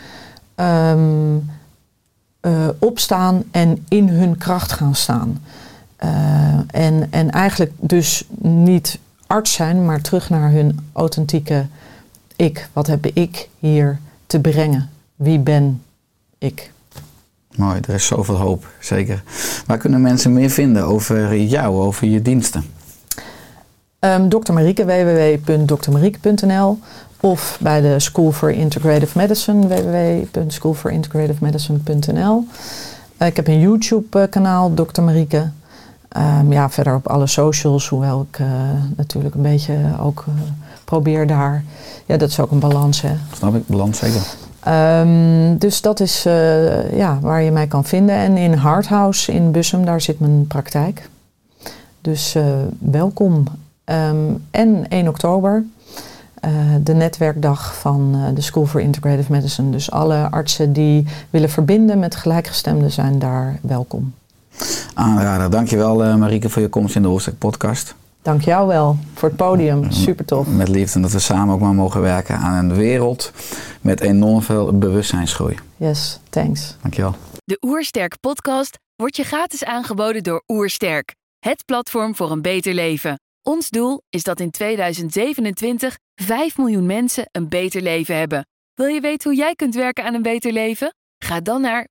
Speaker 2: opstaan en in hun kracht gaan staan. En eigenlijk dus niet arts zijn, maar terug naar hun authentieke ik. Wat heb ik hier te brengen? Wie ben ik?
Speaker 4: Mooi, er is zoveel hoop, zeker. Waar kunnen mensen meer vinden over jou, over je diensten?
Speaker 2: Dr. Marieke, www.drmarieke.nl of bij de School for Integrative Medicine, www.schoolforintegrativemedicine.nl. Ik heb een YouTube-kanaal, Dr. Marieke. Verder op alle socials, hoewel ik natuurlijk een beetje ook probeer daar... Ja, dat is ook een balans, hè.
Speaker 4: Snap ik, balans zeker.
Speaker 2: Dus dat is waar je mij kan vinden. En in Harthouse in Bussum, daar zit mijn praktijk. Dus welkom. En 1 oktober, de netwerkdag van de School for Integrative Medicine. Dus alle artsen die willen verbinden met gelijkgestemden zijn daar welkom.
Speaker 4: Aanrader. Dankjewel Marieke voor je komst in de Oersterk podcast.
Speaker 2: Dank jou wel voor het podium. Super tof.
Speaker 4: Met liefde en dat we samen ook maar mogen werken aan een wereld met enorm veel bewustzijnsgroei.
Speaker 2: Yes, thanks.
Speaker 4: Dankjewel.
Speaker 1: De Oersterk podcast wordt je gratis aangeboden door Oersterk. Het platform voor een beter leven. Ons doel is dat in 2027 5 miljoen mensen een beter leven hebben. Wil je weten hoe jij kunt werken aan een beter leven? Ga dan naar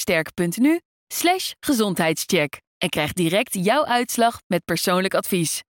Speaker 1: www.oersterk.nu/gezondheidscheck en krijg direct jouw uitslag met persoonlijk advies.